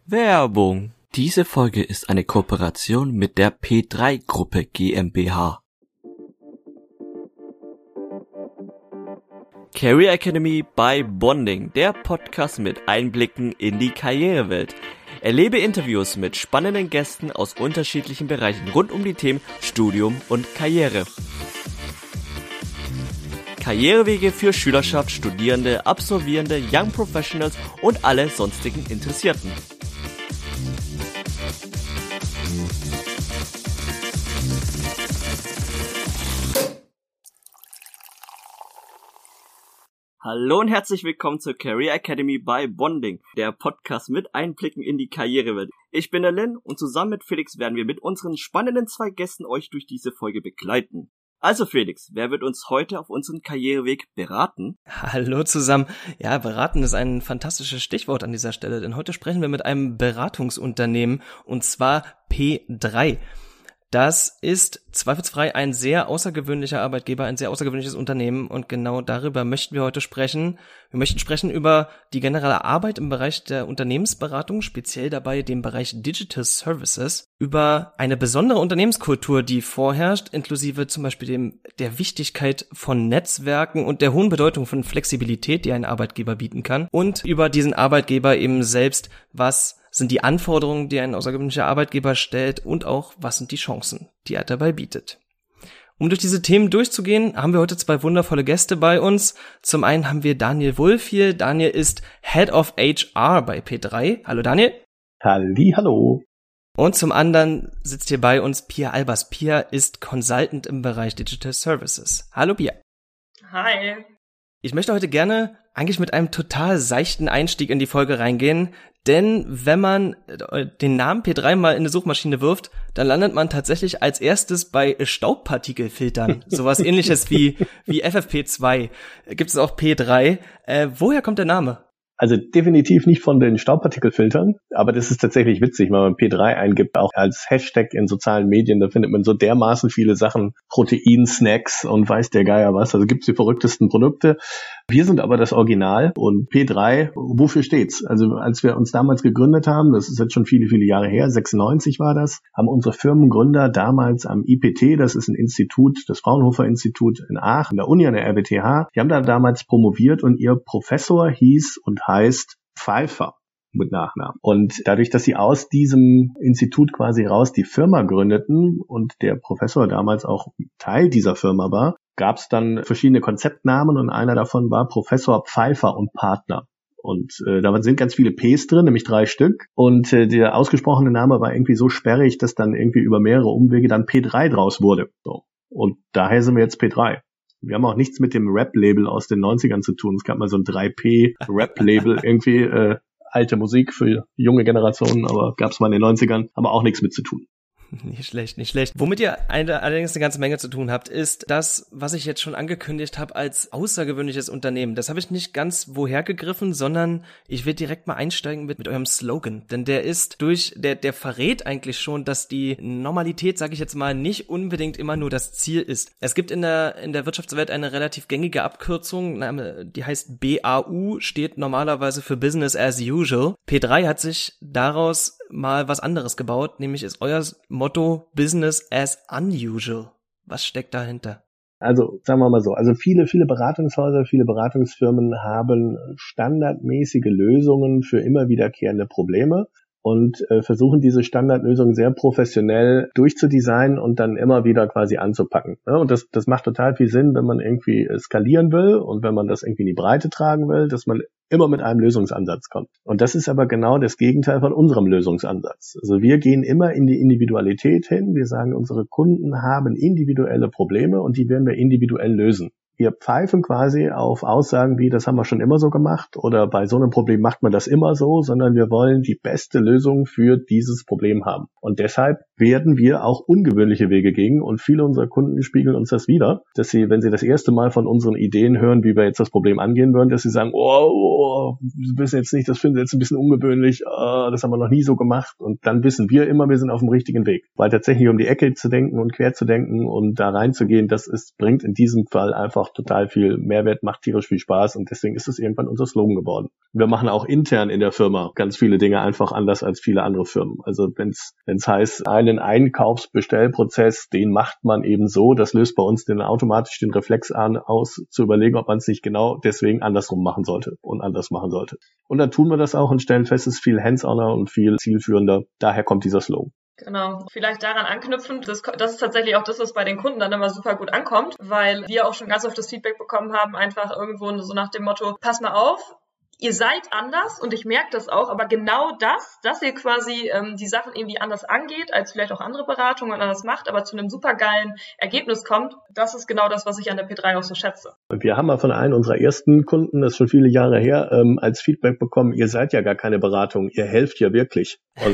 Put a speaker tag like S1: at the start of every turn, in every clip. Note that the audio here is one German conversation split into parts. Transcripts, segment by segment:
S1: Werbung. Diese Folge ist eine Kooperation mit der P3 Gruppe GmbH. Career Academy by Bonding, der Podcast mit Einblicken in die Karrierewelt. Erlebe Interviews mit spannenden Gästen aus unterschiedlichen Bereichen rund um die Themen Studium und Karriere. Karrierewege für Schülerschaft, Studierende, Absolvierende, Young Professionals und alle sonstigen Interessierten. Hallo und herzlich willkommen zur Career Academy by Bonding, der Podcast mit Einblicken in die Karrierewelt. Ich bin der Lynn und zusammen mit Felix werden wir mit unseren spannenden 2 Gästen euch durch diese Folge begleiten. Also Felix, wer wird uns heute auf unserem Karriereweg beraten?
S2: Hallo zusammen. Ja, beraten ist ein fantastisches Stichwort an dieser Stelle, denn heute sprechen wir mit einem Beratungsunternehmen und zwar P3. Das ist zweifelsfrei ein sehr außergewöhnlicher Arbeitgeber, ein sehr außergewöhnliches Unternehmen und genau darüber möchten wir heute sprechen. Wir möchten sprechen über die generelle Arbeit im Bereich der Unternehmensberatung, speziell dabei dem Bereich Digital Services, über eine besondere Unternehmenskultur, die vorherrscht, inklusive zum Beispiel der Wichtigkeit von Netzwerken und der hohen Bedeutung von Flexibilität, die ein Arbeitgeber bieten kann und über diesen Arbeitgeber eben selbst, was sind die Anforderungen, die ein außergewöhnlicher Arbeitgeber stellt und auch, was sind die Chancen, die er dabei bietet. Um durch diese Themen durchzugehen, haben wir heute 2 wundervolle Gäste bei uns. Zum einen haben wir Daniel Wulff hier. Daniel ist Head of HR bei P3. Hallo Daniel.
S3: Hallo.
S2: Und zum anderen sitzt hier bei uns Pia Albers. Pia ist Consultant im Bereich Digital Services. Hallo Pia.
S4: Hi.
S2: Ich möchte heute gerne eigentlich mit einem total seichten Einstieg in die Folge reingehen, denn wenn man den Namen P3 mal in eine Suchmaschine wirft, dann landet man tatsächlich als erstes bei Staubpartikelfiltern, sowas ähnliches wie FFP2. Gibt es auch P3. Woher kommt der Name?
S3: Also definitiv nicht von den Staubpartikelfiltern, aber das ist tatsächlich witzig, wenn man P3 eingibt, auch als Hashtag in sozialen Medien, da findet man so dermaßen viele Sachen, Protein, Snacks und weiß der Geier was, also gibt's die verrücktesten Produkte. Wir sind aber das Original und P3, wofür steht's? Also als wir uns damals gegründet haben, das ist jetzt schon viele, viele Jahre her, 96 war das, haben unsere Firmengründer damals am IPT, das ist ein Institut, das Fraunhofer Institut in Aachen, der Uni an der RWTH, die haben da damals promoviert und ihr Professor hieß und heißt Pfeiffer mit Nachnamen. Und dadurch, dass sie aus diesem Institut quasi raus die Firma gründeten und der Professor damals auch Teil dieser Firma war, gab es dann verschiedene Konzeptnamen und einer davon war Professor Pfeiffer und Partner. Und da sind ganz viele Ps drin, nämlich 3 Stück. Und der ausgesprochene Name war irgendwie so sperrig, dass dann irgendwie über mehrere Umwege dann P3 draus wurde. So. Und daher sind wir jetzt P3. Wir haben auch nichts mit dem Rap-Label aus den 90ern zu tun. Es gab mal so ein 3P-Rap-Label, irgendwie alte Musik für junge Generationen, aber gab es mal in den 90ern, aber auch nichts mit zu tun.
S2: Nicht schlecht, nicht schlecht. Womit ihr allerdings eine ganze Menge zu tun habt, ist das, was ich jetzt schon angekündigt habe als außergewöhnliches Unternehmen. Das habe ich nicht ganz woher gegriffen, sondern ich will direkt mal einsteigen mit eurem Slogan. Denn der verrät eigentlich schon, dass die Normalität, sage ich jetzt mal, nicht unbedingt immer nur das Ziel ist. Es gibt in der Wirtschaftswelt eine relativ gängige Abkürzung, die heißt BAU, steht normalerweise für Business as usual. P3 hat sich daraus mal was anderes gebaut, nämlich ist euer Motto Business as unusual. Was steckt dahinter?
S3: Also sagen wir mal so, also viele Beratungshäuser, viele Beratungsfirmen haben standardmäßige Lösungen für immer wiederkehrende Probleme und versuchen diese Standardlösungen sehr professionell durchzudesignen und dann immer wieder quasi anzupacken. Ja, und das macht total viel Sinn, wenn man irgendwie skalieren will und wenn man das irgendwie in die Breite tragen will, dass man immer mit einem Lösungsansatz kommt. Und das ist aber genau das Gegenteil von unserem Lösungsansatz. Also wir gehen immer in die Individualität hin. Wir sagen, unsere Kunden haben individuelle Probleme und die werden wir individuell lösen. Wir pfeifen quasi auf Aussagen wie, das haben wir schon immer so gemacht oder bei so einem Problem macht man das immer so, sondern wir wollen die beste Lösung für dieses Problem haben. Und deshalb werden wir auch ungewöhnliche Wege gehen und viele unserer Kunden spiegeln uns das wider, dass sie, wenn sie das erste Mal von unseren Ideen hören, wie wir jetzt das Problem angehen würden, dass sie sagen, wir wissen jetzt nicht, das finden sie jetzt ein bisschen ungewöhnlich, das haben wir noch nie so gemacht und dann wissen wir immer, wir sind auf dem richtigen Weg. Weil tatsächlich um die Ecke zu denken und quer zu denken und da reinzugehen, bringt in diesem Fall einfach einfach total viel Mehrwert, macht tierisch viel Spaß und deswegen ist es irgendwann unser Slogan geworden. Wir machen auch intern in der Firma ganz viele Dinge einfach anders als viele andere Firmen. Also wenn es heißt, einen Einkaufsbestellprozess, den macht man eben so, das löst bei uns automatisch den Reflex aus, zu überlegen, ob man es nicht genau deswegen andersrum machen sollte und anders machen sollte. Und dann tun wir das auch und stellen fest, es ist viel hands-oner und viel zielführender. Daher kommt dieser Slogan.
S4: Genau. Vielleicht daran anknüpfend, das ist tatsächlich auch das, was bei den Kunden dann immer super gut ankommt, weil wir auch schon ganz oft das Feedback bekommen haben, einfach irgendwo so nach dem Motto, pass mal auf, ihr seid anders und ich merke das auch, aber genau das, dass ihr quasi die Sachen irgendwie anders angeht, als vielleicht auch andere Beratungen und anders macht, aber zu einem supergeilen Ergebnis kommt, das ist genau das, was ich an der P3 auch so schätze.
S3: Wir haben mal von einem unserer ersten Kunden, das ist schon viele Jahre her, als Feedback bekommen, ihr seid ja gar keine Beratung, ihr helft ja wirklich. Und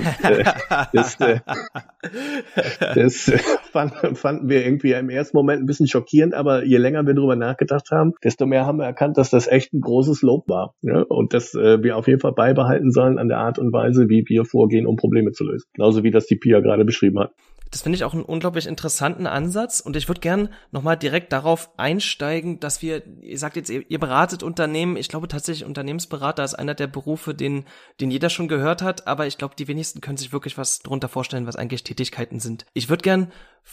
S3: das fanden wir irgendwie im ersten Moment ein bisschen schockierend, aber je länger wir drüber nachgedacht haben, desto mehr haben wir erkannt, dass das echt ein großes Lob war. Ja? Und dass wir auf jeden Fall beibehalten sollen an der Art und Weise, wie wir vorgehen, um Probleme zu lösen. Genauso wie das die Pia gerade beschrieben hat.
S2: Das finde ich auch einen unglaublich interessanten Ansatz und ich würde gern nochmal direkt darauf einsteigen, dass ihr sagt jetzt, ihr beratet Unternehmen. Ich glaube tatsächlich, Unternehmensberater ist einer der Berufe, den jeder schon gehört hat, aber ich glaube, die wenigsten können sich wirklich was drunter vorstellen, was eigentlich Tätigkeiten sind. Ich würde gern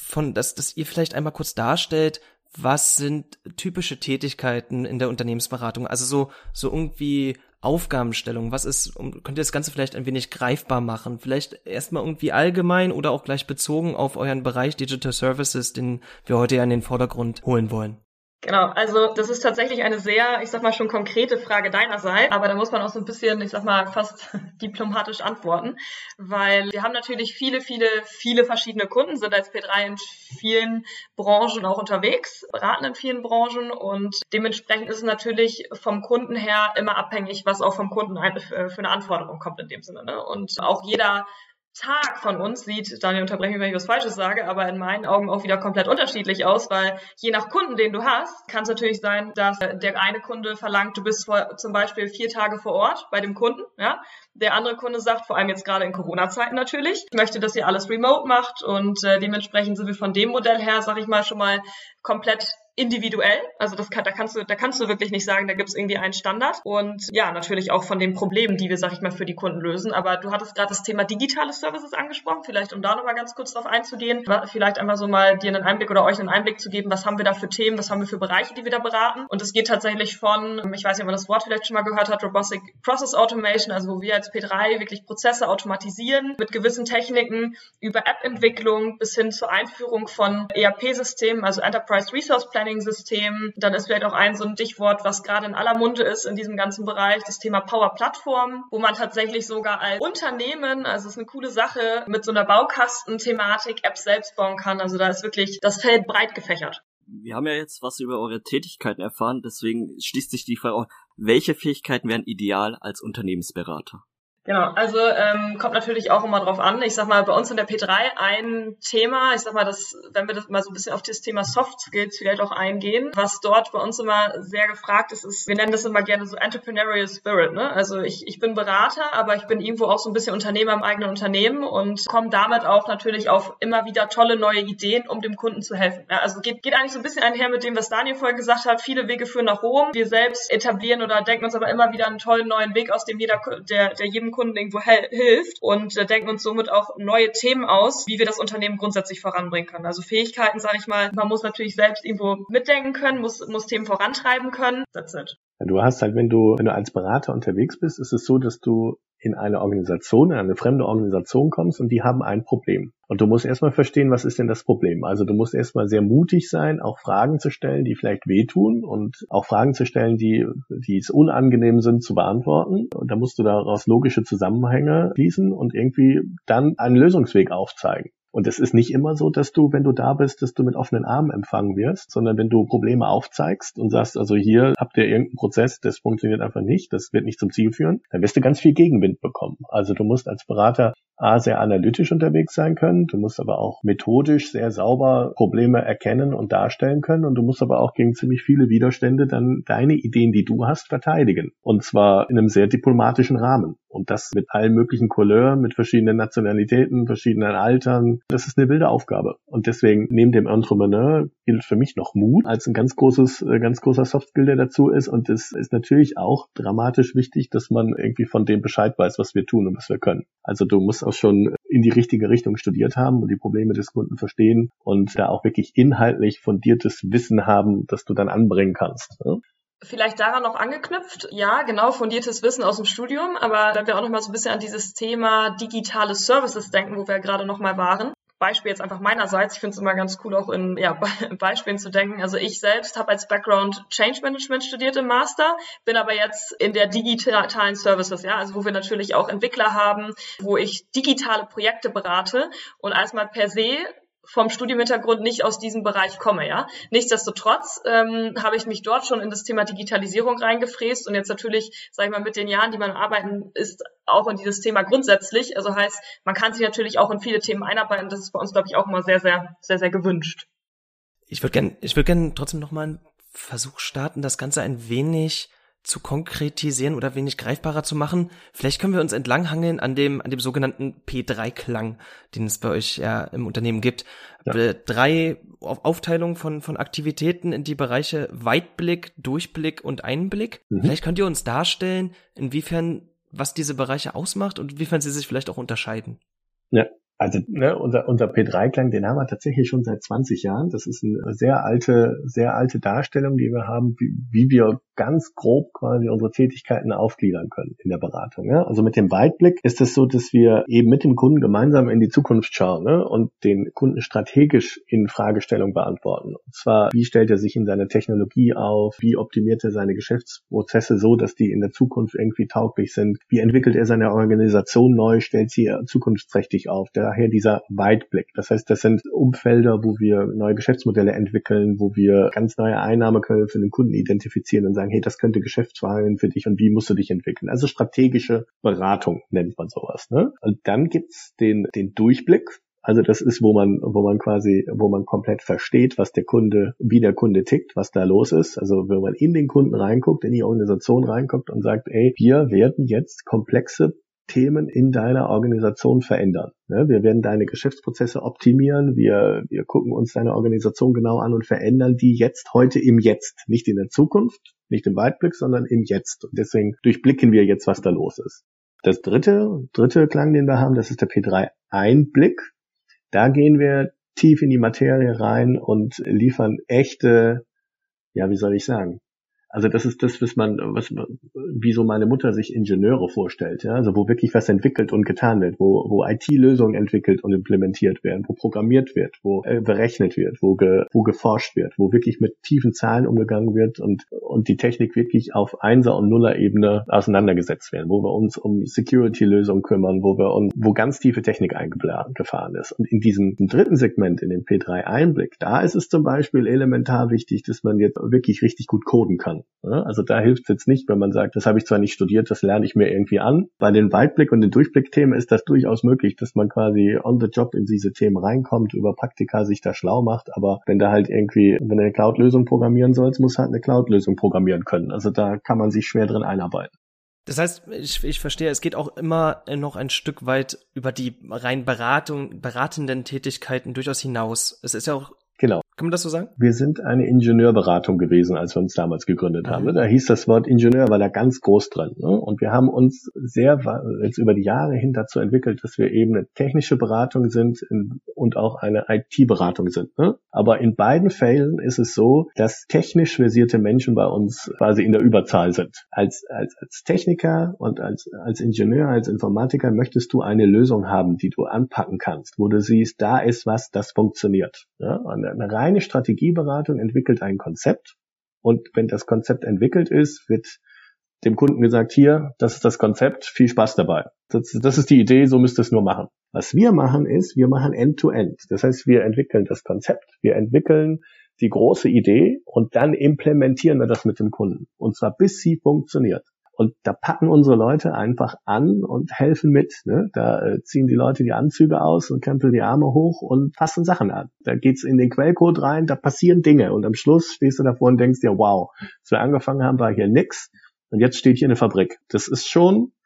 S2: dass ihr vielleicht einmal kurz darstellt, was sind typische Tätigkeiten in der Unternehmensberatung? Also so irgendwie Aufgabenstellung. Könnt ihr das Ganze vielleicht ein wenig greifbar machen? Vielleicht erstmal irgendwie allgemein oder auch gleich bezogen auf euren Bereich Digital Services, den wir heute ja in den Vordergrund holen wollen.
S4: Genau, also das ist tatsächlich eine sehr, ich sag mal, schon konkrete Frage deinerseits, aber da muss man auch so ein bisschen, ich sag mal, fast diplomatisch antworten, weil wir haben natürlich viele verschiedene Kunden, sind als P3 in vielen Branchen auch unterwegs, beraten in vielen Branchen und dementsprechend ist es natürlich vom Kunden her immer abhängig, was auch vom Kunden für eine Anforderung kommt in dem Sinne, ne? Und auch jeder Tag von uns sieht, Daniel, unterbreche mich, wenn ich was Falsches sage, aber in meinen Augen auch wieder komplett unterschiedlich aus, weil je nach Kunden, den du hast, kann es natürlich sein, dass der eine Kunde verlangt, du bist zum Beispiel 4 Tage vor Ort bei dem Kunden, ja. Der andere Kunde sagt, vor allem jetzt gerade in Corona-Zeiten natürlich, ich möchte, dass ihr alles remote macht und dementsprechend sind wir von dem Modell her, sag ich mal, schon mal komplett individuell, also da kannst du wirklich nicht sagen, da gibt es irgendwie einen Standard und ja, natürlich auch von den Problemen, die wir, sag ich mal, für die Kunden lösen, aber du hattest gerade das Thema digitale Services angesprochen, vielleicht um da nochmal ganz kurz drauf einzugehen, vielleicht einfach so mal dir einen Einblick oder euch einen Einblick zu geben, was haben wir da für Themen, was haben wir für Bereiche, die wir da beraten und es geht tatsächlich von, ich weiß nicht, ob man das Wort vielleicht schon mal gehört hat, Robotic Process Automation, also wo wir als P3 wirklich Prozesse automatisieren mit gewissen Techniken über App-Entwicklung bis hin zur Einführung von ERP-Systemen, also Enterprise Resource Planning-System. Dann ist vielleicht auch so ein Stichwort, was gerade in aller Munde ist in diesem ganzen Bereich, das Thema Power Plattform, wo man tatsächlich sogar als Unternehmen, also es ist eine coole Sache, mit so einer Baukasten-Thematik Apps selbst bauen kann. Also da ist wirklich das Feld breit gefächert.
S1: Wir haben ja jetzt was über eure Tätigkeiten erfahren, deswegen schließt sich die Frage auch, welche Fähigkeiten wären ideal als Unternehmensberater?
S4: Genau, also kommt natürlich auch immer drauf an. Ich sag mal, bei uns in der P3 ein Thema, ich sag mal, wenn wir das mal so ein bisschen auf das Thema Soft Skills vielleicht auch eingehen, was dort bei uns immer sehr gefragt ist, wir nennen das immer gerne so Entrepreneurial Spirit, ne? Also ich bin Berater, aber ich bin irgendwo auch so ein bisschen Unternehmer im eigenen Unternehmen und komme damit auch natürlich auf immer wieder tolle neue Ideen, um dem Kunden zu helfen. Ja, also geht eigentlich so ein bisschen einher mit dem, was Daniel vorhin gesagt hat, viele Wege führen nach Rom. Wir selbst etablieren oder denken uns aber immer wieder einen tollen neuen Weg, aus dem der jedem Kunden irgendwo hilft und denken uns somit auch neue Themen aus, wie wir das Unternehmen grundsätzlich voranbringen können. Also Fähigkeiten, sage ich mal, man muss natürlich selbst irgendwo mitdenken können, muss Themen vorantreiben können. That's it.
S3: Du hast halt, wenn du als Berater unterwegs bist, ist es so, dass du in eine Organisation, in eine fremde Organisation kommst und die haben ein Problem. Und du musst erstmal verstehen, was ist denn das Problem? Also du musst erstmal sehr mutig sein, auch Fragen zu stellen, die vielleicht wehtun und auch Fragen zu stellen, die es unangenehm sind zu beantworten. Und da musst du daraus logische Zusammenhänge schließen und irgendwie dann einen Lösungsweg aufzeigen. Und es ist nicht immer so, dass du, wenn du da bist, dass du mit offenen Armen empfangen wirst, sondern wenn du Probleme aufzeigst und sagst, also hier habt ihr irgendeinen Prozess, das funktioniert einfach nicht, das wird nicht zum Ziel führen, dann wirst du ganz viel Gegenwind bekommen. Also du musst als Berater sehr analytisch unterwegs sein können, du musst aber auch methodisch sehr sauber Probleme erkennen und darstellen können und du musst aber auch gegen ziemlich viele Widerstände dann deine Ideen, die du hast, verteidigen. Und zwar in einem sehr diplomatischen Rahmen. Und das mit allen möglichen Couleurs, mit verschiedenen Nationalitäten, verschiedenen Altern. Das ist eine wilde Aufgabe. Und deswegen neben dem Entrepreneur gilt für mich noch Mut als ein ganz großer Softskill, der dazu ist. Und es ist natürlich auch dramatisch wichtig, dass man irgendwie von dem Bescheid weiß, was wir tun und was wir können. Also du musst auch schon in die richtige Richtung studiert haben und die Probleme des Kunden verstehen und da auch wirklich inhaltlich fundiertes Wissen haben, das du dann anbringen kannst. Ne?
S4: Vielleicht daran noch angeknüpft, ja, genau, fundiertes Wissen aus dem Studium, aber wenn wir auch noch mal so ein bisschen an dieses Thema digitale Services denken, wo wir gerade noch mal waren. Beispiel jetzt einfach meinerseits, ich finde es immer ganz cool, auch in Beispielen zu denken. Also ich selbst habe als Background Change Management studiert im Master, bin aber jetzt in der digitalen Services, ja, also wo wir natürlich auch Entwickler haben, wo ich digitale Projekte berate und erstmal per se vom Studiumhintergrund nicht aus diesem Bereich komme, ja. Nichtsdestotrotz habe ich mich dort schon in das Thema Digitalisierung reingefräst und jetzt natürlich, sage ich mal, mit den Jahren, die man arbeiten, ist auch in dieses Thema grundsätzlich. Also heißt, man kann sich natürlich auch in viele Themen einarbeiten. Das ist bei uns, glaube ich, auch immer sehr, sehr, sehr, sehr gewünscht.
S2: Ich würde gern trotzdem noch mal einen Versuch starten, das Ganze ein wenig zu konkretisieren oder wenig greifbarer zu machen. Vielleicht können wir uns entlanghangeln an dem sogenannten P3-Klang, den es bei euch ja im Unternehmen gibt. Ja. 3 Aufteilungen von Aktivitäten in die Bereiche Weitblick, Durchblick und Einblick. Vielleicht könnt ihr uns darstellen, inwiefern, was diese Bereiche ausmacht und inwiefern sie sich vielleicht auch unterscheiden.
S3: Ja. Also unser P3-Klang, den haben wir tatsächlich schon seit 20 Jahren. Das ist eine sehr alte Darstellung, die wir haben, wie wir ganz grob quasi unsere Tätigkeiten aufgliedern können in der Beratung. Ja? Also mit dem Weitblick ist es so, dass wir eben mit dem Kunden gemeinsam in die Zukunft schauen, ne? Und den Kunden strategisch in Fragestellung beantworten. Und zwar, wie stellt er sich in seine Technologie auf? Wie optimiert er seine Geschäftsprozesse so, dass die in der Zukunft irgendwie tauglich sind? Wie entwickelt er seine Organisation neu? Stellt sie zukunftsträchtig auf? Daher dieser Weitblick. Das heißt, das sind Umfelder, wo wir neue Geschäftsmodelle entwickeln, wo wir ganz neue Einnahmequellen für den Kunden identifizieren und sagen, hey, das könnte Geschäftsfragen für dich und wie musst du dich entwickeln? Also strategische Beratung nennt man sowas. Ne? Und dann gibt's den Durchblick. Also das ist, wo man komplett versteht, wie der Kunde tickt, was da los ist. Also wenn man in den Kunden reinguckt, in die Organisation reinguckt und sagt, ey, wir werden jetzt komplexe Themen in deiner Organisation verändern. Wir werden deine Geschäftsprozesse optimieren, wir gucken uns deine Organisation genau an und verändern die heute im Jetzt. Nicht in der Zukunft, nicht im Weitblick, sondern im Jetzt. Und deswegen durchblicken wir jetzt, was da los ist. Das dritte Klang, den wir haben, das ist der P3-Einblick. Da gehen wir tief in die Materie rein und liefern echte, wie soll ich sagen, also das ist das, wie so meine Mutter sich Ingenieure vorstellt, ja, also wo wirklich was entwickelt und getan wird, wo IT-Lösungen entwickelt und implementiert werden, wo programmiert wird, wo berechnet wird, wo geforscht wird, wo wirklich mit tiefen Zahlen umgegangen wird und die Technik wirklich auf 1er- und 0er-Ebene auseinandergesetzt werden, wo wir uns um Security-Lösungen kümmern, wo ganz tiefe Technik eingefahren ist. Und in diesem dritten Segment, in den P3-Einblick, da ist es zum Beispiel elementar wichtig, dass man jetzt wirklich richtig gut coden kann. Also da hilft es jetzt nicht, wenn man sagt, das habe ich zwar nicht studiert, das lerne ich mir irgendwie an. Bei den Weitblick- und den Durchblick-Themen ist das durchaus möglich, dass man quasi on the job in diese Themen reinkommt, über Praktika sich da schlau macht. Aber wenn du eine Cloud-Lösung programmieren sollst, musst du halt eine Cloud-Lösung programmieren können. Also da kann man sich schwer drin einarbeiten.
S2: Das heißt, ich verstehe, es geht auch immer noch ein Stück weit über die rein beratenden Tätigkeiten durchaus hinaus. Es ist ja auch,
S3: genau.
S2: Kann man das so sagen?
S3: Wir sind eine Ingenieurberatung gewesen, als wir uns damals gegründet haben. Da hieß das Wort Ingenieur, war da ganz groß drin. Und wir haben uns jetzt über die Jahre hin dazu entwickelt, dass wir eben eine technische Beratung sind und auch eine IT-Beratung sind. Aber in beiden Fällen ist es so, dass technisch versierte Menschen bei uns quasi in der Überzahl sind. Als Techniker und als Ingenieur, als Informatiker möchtest du eine Lösung haben, die du anpacken kannst, wo du siehst, da ist was, das funktioniert. Und eine reine Strategieberatung entwickelt ein Konzept und wenn das Konzept entwickelt ist, wird dem Kunden gesagt, hier, das ist das Konzept, viel Spaß dabei. Das ist die Idee, so müsst ihr es nur machen. Was wir machen ist, wir machen End-to-End. Das heißt, wir entwickeln das Konzept, wir entwickeln die große Idee und dann implementieren wir das mit dem Kunden. Und zwar bis sie funktioniert. Und da packen unsere Leute einfach an und helfen mit. Da ziehen die Leute die Anzüge aus und krempeln die Arme hoch und fassen Sachen an. Da geht's in den Quellcode rein, da passieren Dinge. Und am Schluss stehst du davor und denkst dir, wow, als wir angefangen haben, war hier nix. Und jetzt steht hier eine Fabrik. Das ist schon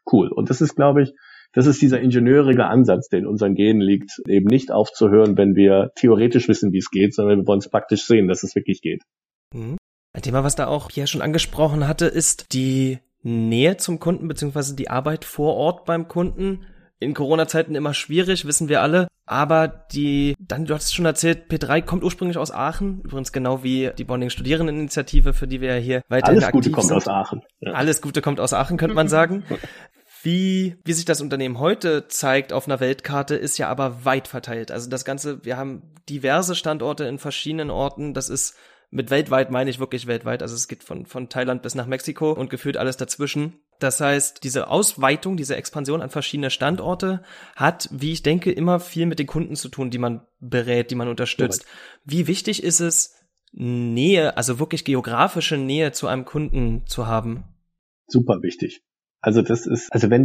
S3: cool. Und das ist, glaube ich, das ist dieser ingenieurige Ansatz, der in unseren Genen liegt, eben nicht aufzuhören, wenn wir theoretisch wissen, wie es geht, sondern wir wollen es praktisch sehen, dass es wirklich geht.
S2: Mhm. Ein Thema, was da auch Pierre schon angesprochen hatte, ist die Nähe zum Kunden beziehungsweise die Arbeit vor Ort beim Kunden. In Corona-Zeiten immer schwierig, wissen wir alle. Aber du hast schon erzählt, P3 kommt ursprünglich aus Aachen. Übrigens genau wie die Bonding-Studierendeninitiative, für die wir ja hier weiterhin aktiv sind.
S3: Alles Gute kommt aus Aachen. Ja.
S2: Alles Gute kommt aus Aachen, könnte man sagen. Wie sich das Unternehmen heute zeigt auf einer Weltkarte, ist ja aber weit verteilt. Also das Ganze, wir haben diverse Standorte in verschiedenen Orten. Das ist mit weltweit meine ich wirklich weltweit. Also es geht von Thailand bis nach Mexiko und gefühlt alles dazwischen. Das heißt, diese Ausweitung, diese Expansion an verschiedene Standorte hat, wie ich denke, immer viel mit den Kunden zu tun, die man berät, die man unterstützt. Wie wichtig ist es, Nähe, also wirklich geografische Nähe zu einem Kunden zu haben?
S3: Super wichtig. Also wenn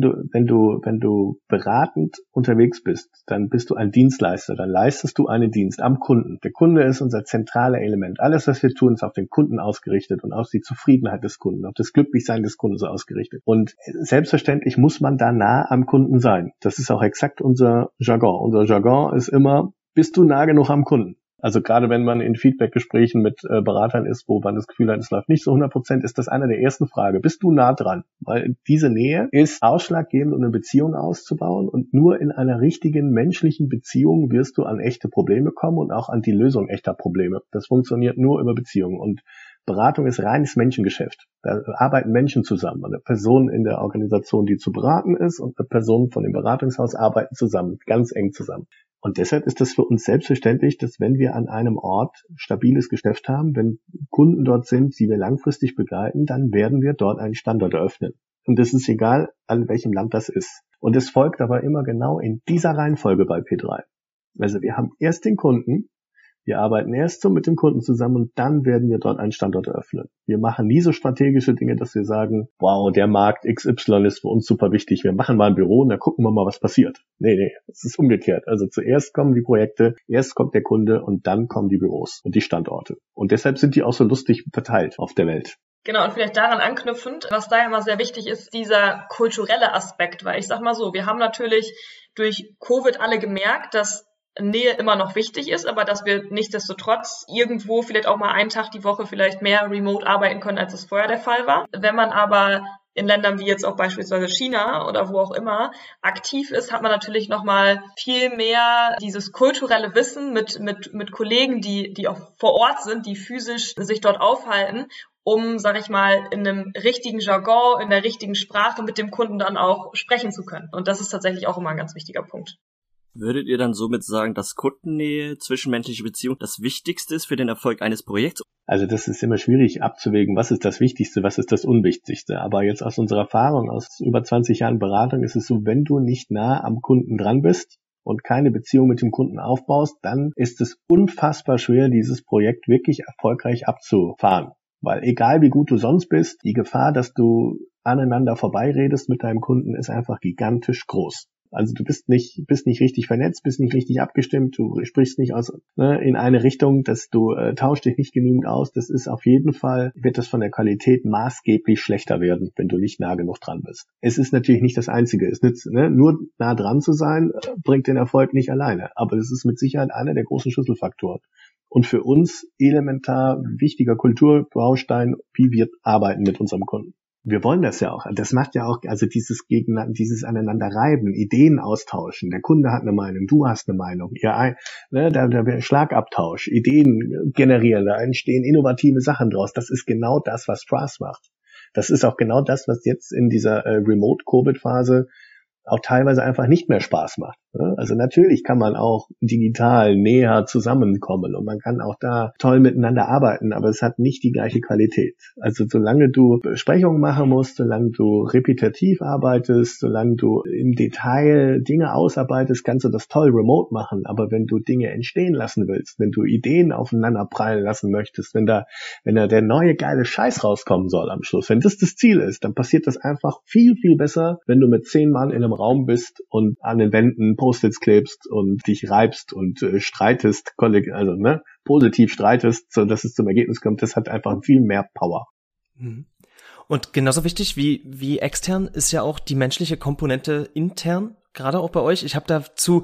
S3: du beratend unterwegs bist, dann bist du ein Dienstleister, dann leistest du einen Dienst am Kunden. Der Kunde ist unser zentrales Element. Alles, was wir tun, ist auf den Kunden ausgerichtet und auf die Zufriedenheit des Kunden, auf das Glücklichsein des Kunden ausgerichtet. Und selbstverständlich muss man da nah am Kunden sein. Das ist auch exakt unser Jargon. Unser Jargon ist immer, bist du nah genug am Kunden? Also gerade wenn man in Feedbackgesprächen mit Beratern ist, wo man das Gefühl hat, es läuft nicht so 100%, ist das eine der ersten Fragen. Bist du nah dran? Weil diese Nähe ist ausschlaggebend, um eine Beziehung auszubauen. Und nur in einer richtigen menschlichen Beziehung wirst du an echte Probleme kommen und auch an die Lösung echter Probleme. Das funktioniert nur über Beziehungen. Und Beratung ist reines Menschengeschäft. Da arbeiten Menschen zusammen. Eine Person in der Organisation, die zu beraten ist, und eine Person von dem Beratungshaus arbeiten zusammen, ganz eng zusammen. Und deshalb ist das für uns selbstverständlich, dass wenn wir an einem Ort stabiles Geschäft haben, wenn Kunden dort sind, die wir langfristig begleiten, dann werden wir dort einen Standort eröffnen. Und das ist egal, an welchem Land das ist. Und es folgt aber immer genau in dieser Reihenfolge bei P3. Also wir haben erst den Kunden, wir arbeiten erst so mit dem Kunden zusammen und dann werden wir dort einen Standort eröffnen. Wir machen nie so strategische Dinge, dass wir sagen, wow, der Markt XY ist für uns super wichtig. Wir machen mal ein Büro und dann gucken wir mal, was passiert. Nee, es ist umgekehrt. Also zuerst kommen die Projekte, erst kommt der Kunde und dann kommen die Büros und die Standorte. Und deshalb sind die auch so lustig verteilt auf der Welt.
S4: Genau, und vielleicht daran anknüpfend, was da ja mal sehr wichtig ist, dieser kulturelle Aspekt. Weil ich sag mal so, wir haben natürlich durch Covid alle gemerkt, dass Nähe immer noch wichtig ist, aber dass wir nichtsdestotrotz irgendwo vielleicht auch mal einen Tag die Woche vielleicht mehr remote arbeiten können, als es vorher der Fall war. Wenn man aber in Ländern wie jetzt auch beispielsweise China oder wo auch immer aktiv ist, hat man natürlich nochmal viel mehr dieses kulturelle Wissen mit Kollegen, die auch vor Ort sind, die physisch sich dort aufhalten, um, sag ich mal, in einem richtigen Jargon, in der richtigen Sprache mit dem Kunden dann auch sprechen zu können. Und das ist tatsächlich auch immer ein ganz wichtiger Punkt.
S1: Würdet ihr dann somit sagen, dass Kundennähe, zwischenmenschliche Beziehung das Wichtigste ist für den Erfolg eines Projekts?
S3: Also das ist immer schwierig abzuwägen, was ist das Wichtigste, was ist das Unwichtigste. Aber jetzt aus unserer Erfahrung, aus über 20 Jahren Beratung, ist es so, wenn du nicht nah am Kunden dran bist und keine Beziehung mit dem Kunden aufbaust, dann ist es unfassbar schwer, dieses Projekt wirklich erfolgreich abzufahren. Weil egal wie gut du sonst bist, die Gefahr, dass du aneinander vorbeiredest mit deinem Kunden, ist einfach gigantisch groß. Also du bist nicht richtig vernetzt, bist nicht richtig abgestimmt, du sprichst nicht in eine Richtung, dass du tauschst dich nicht genügend aus. Das ist auf jeden Fall, wird das von der Qualität maßgeblich schlechter werden, wenn du nicht nah genug dran bist. Es ist natürlich nicht das Einzige. Es nützt, nur nah dran zu sein, bringt den Erfolg nicht alleine. Aber das ist mit Sicherheit einer der großen Schlüsselfaktoren. Und für uns elementar wichtiger Kulturbaustein, wie wir arbeiten mit unserem Kunden. Wir wollen das ja auch. Das macht ja auch, also dieses Aneinanderreiben, Ideen austauschen. Der Kunde hat eine Meinung, du hast eine Meinung. Da wird Schlagabtausch, Ideen generieren, da entstehen innovative Sachen draus. Das ist genau das, was Spaß macht. Das ist auch genau das, was jetzt in dieser Remote-Covid-Phase auch teilweise einfach nicht mehr Spaß macht. Also natürlich kann man auch digital näher zusammenkommen und man kann auch da toll miteinander arbeiten, aber es hat nicht die gleiche Qualität. Also solange du Besprechungen machen musst, solange du repetitiv arbeitest, solange du im Detail Dinge ausarbeitest, kannst du das toll remote machen, aber wenn du Dinge entstehen lassen willst, wenn du Ideen aufeinander prallen lassen möchtest, wenn da der neue geile Scheiß rauskommen soll am Schluss, wenn das Ziel ist, dann passiert das einfach viel, viel besser, wenn du mit 10 Mann in einem Raum bist und an den Wänden Post-its klebst und dich reibst und streitest, positiv streitest, so dass es zum Ergebnis kommt. Das hat einfach viel mehr Power.
S2: Und Und genauso wichtig wie extern ist ja auch die menschliche Komponente intern, gerade auch bei euch. Ich habe dazu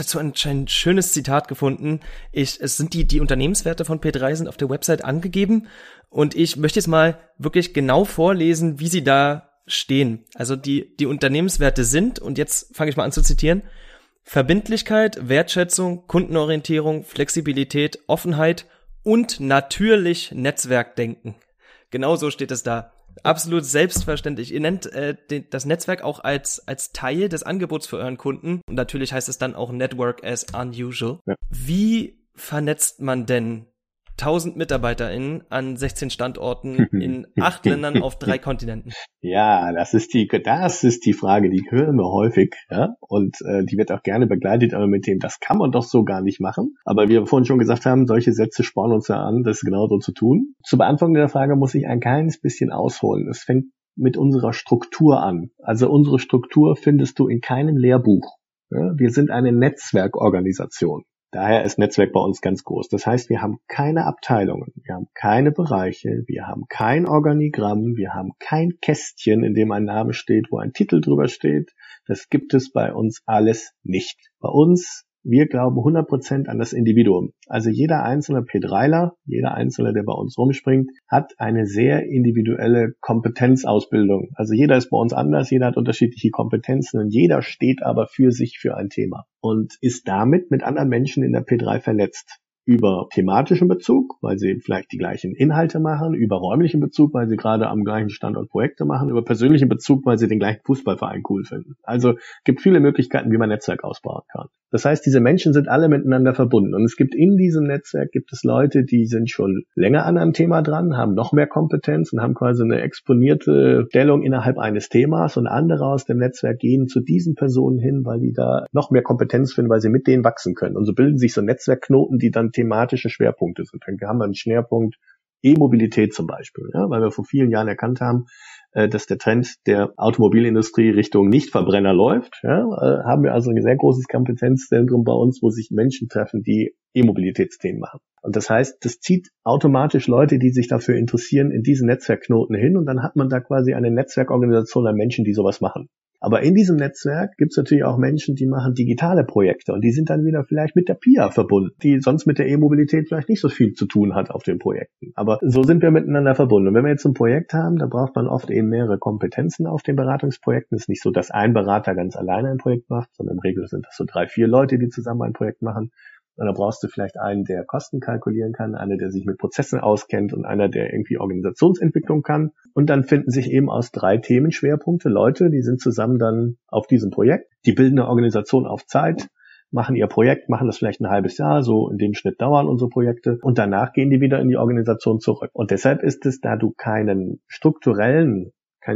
S2: ein schönes Zitat gefunden. Es sind die Unternehmenswerte von P3 sind auf der Website angegeben und ich möchte jetzt mal wirklich genau vorlesen, wie sie da stehen. Also die Unternehmenswerte sind, und jetzt fange ich mal an zu zitieren: Verbindlichkeit, Wertschätzung, Kundenorientierung, Flexibilität, Offenheit und natürlich Netzwerkdenken. Genau so steht es da. Absolut selbstverständlich. Ihr nennt das Netzwerk auch als Teil des Angebots für euren Kunden. Und natürlich heißt es dann auch Network as unusual. Ja. Wie vernetzt man denn 1000 MitarbeiterInnen an 16 Standorten in 8 Ländern auf 3 Kontinenten?
S3: Ja, das ist die Frage, die hören wir häufig, ja, und die wird auch gerne begleitet, aber mit dem, das kann man doch so gar nicht machen. Aber wie wir vorhin schon gesagt haben, solche Sätze spornen uns ja an, das genau so zu tun. Zur Beantwortung der Frage muss ich ein kleines bisschen ausholen. Es fängt mit unserer Struktur an. Also unsere Struktur findest du in keinem Lehrbuch. Ja? Wir sind eine Netzwerkorganisation. Daher ist Netzwerk bei uns ganz groß. Das heißt, wir haben keine Abteilungen, wir haben keine Bereiche, wir haben kein Organigramm, wir haben kein Kästchen, in dem ein Name steht, wo ein Titel drüber steht. Das gibt es bei uns alles nicht. Bei uns, wir glauben 100% an das Individuum. Also jeder einzelne P3ler, jeder Einzelne, der bei uns rumspringt, hat eine sehr individuelle Kompetenzausbildung. Also jeder ist bei uns anders, jeder hat unterschiedliche Kompetenzen und jeder steht aber für sich für ein Thema und ist damit mit anderen Menschen in der P3 vernetzt. Über thematischen Bezug, weil sie vielleicht die gleichen Inhalte machen, über räumlichen Bezug, weil sie gerade am gleichen Standort Projekte machen, über persönlichen Bezug, weil sie den gleichen Fußballverein cool finden. Also gibt viele Möglichkeiten, wie man Netzwerk ausbauen kann. Das heißt, diese Menschen sind alle miteinander verbunden und es gibt in diesem Netzwerk Leute, die sind schon länger an einem Thema dran, haben noch mehr Kompetenz und haben quasi eine exponierte Stellung innerhalb eines Themas, und andere aus dem Netzwerk gehen zu diesen Personen hin, weil die da noch mehr Kompetenz finden, weil sie mit denen wachsen können. Und so bilden sich so Netzwerkknoten, die dann thematische Schwerpunkte sind. Dann haben wir einen Schwerpunkt E-Mobilität zum Beispiel, ja, weil wir vor vielen Jahren erkannt haben, dass der Trend der Automobilindustrie Richtung Nichtverbrenner läuft. Ja, haben wir also ein sehr großes Kompetenzzentrum bei uns, wo sich Menschen treffen, die E-Mobilitätsthemen machen. Und das heißt, das zieht automatisch Leute, die sich dafür interessieren, in diesen Netzwerkknoten hin, und dann hat man da quasi eine Netzwerkorganisation an Menschen, die sowas machen. Aber in diesem Netzwerk gibt es natürlich auch Menschen, die machen digitale Projekte, und die sind dann wieder vielleicht mit der PIA verbunden, die sonst mit der E-Mobilität vielleicht nicht so viel zu tun hat auf den Projekten. Aber so sind wir miteinander verbunden. Und wenn wir jetzt ein Projekt haben, da braucht man oft eben mehrere Kompetenzen auf den Beratungsprojekten. Es ist nicht so, dass ein Berater ganz alleine ein Projekt macht, sondern im Regel sind das so 3, 4 Leute, die zusammen ein Projekt machen. Und da brauchst du vielleicht einen, der Kosten kalkulieren kann, einer, der sich mit Prozessen auskennt und einer, der irgendwie Organisationsentwicklung kann. Und dann finden sich eben aus 3 Themenschwerpunkte Leute, die sind zusammen dann auf diesem Projekt. Die bilden eine Organisation auf Zeit, machen ihr Projekt, machen das vielleicht ein halbes Jahr, so in dem Schnitt dauern unsere Projekte. Und danach gehen die wieder in die Organisation zurück. Und deshalb ist es, da du kein strukturelles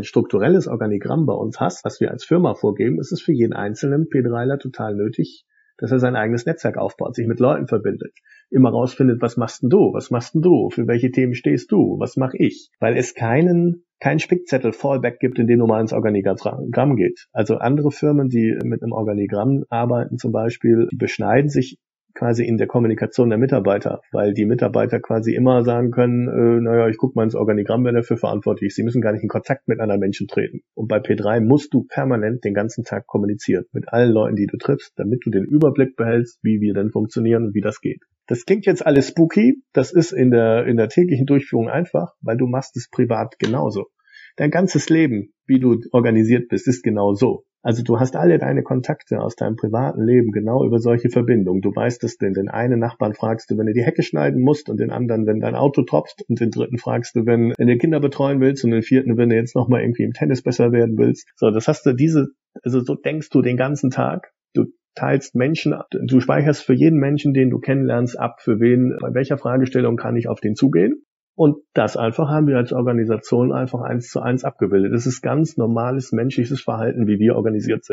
S3: Organigramm bei uns hast, was wir als Firma vorgeben, ist es für jeden einzelnen P3ler total nötig, dass er sein eigenes Netzwerk aufbaut, sich mit Leuten verbindet, immer rausfindet, was machst denn du, für welche Themen stehst du, was mache ich, weil es keinen Spickzettel-Fallback gibt, in dem du mal ins Organigramm geht. Also andere Firmen, die mit einem Organigramm arbeiten zum Beispiel, die beschneiden sich quasi in der Kommunikation der Mitarbeiter, weil die Mitarbeiter quasi immer sagen können, ich gucke mal ins Organigramm, wer dafür verantwortlich ist. Sie müssen gar nicht in Kontakt mit anderen Menschen treten. Und bei P3 musst du permanent den ganzen Tag kommunizieren mit allen Leuten, die du triffst, damit du den Überblick behältst, wie wir denn funktionieren und wie das geht. Das klingt jetzt alles spooky, das ist in der täglichen Durchführung einfach, weil du machst es privat genauso. Dein ganzes Leben, wie du organisiert bist, ist genau so. Also du hast alle deine Kontakte aus deinem privaten Leben genau über solche Verbindungen. Du weißt es denn, den einen Nachbarn fragst du, wenn du die Hecke schneiden musst, und den anderen, wenn dein Auto tropft, und den dritten fragst du, wenn du Kinder betreuen willst, und den vierten, wenn du jetzt nochmal irgendwie im Tennis besser werden willst. So, das hast du so denkst du den ganzen Tag. Du teilst Menschen ab, du speicherst für jeden Menschen, den du kennenlernst, ab, für wen, bei welcher Fragestellung kann ich auf den zugehen. Und das einfach haben wir als Organisation einfach 1:1 abgebildet. Das ist ganz normales menschliches Verhalten, wie wir organisiert sind.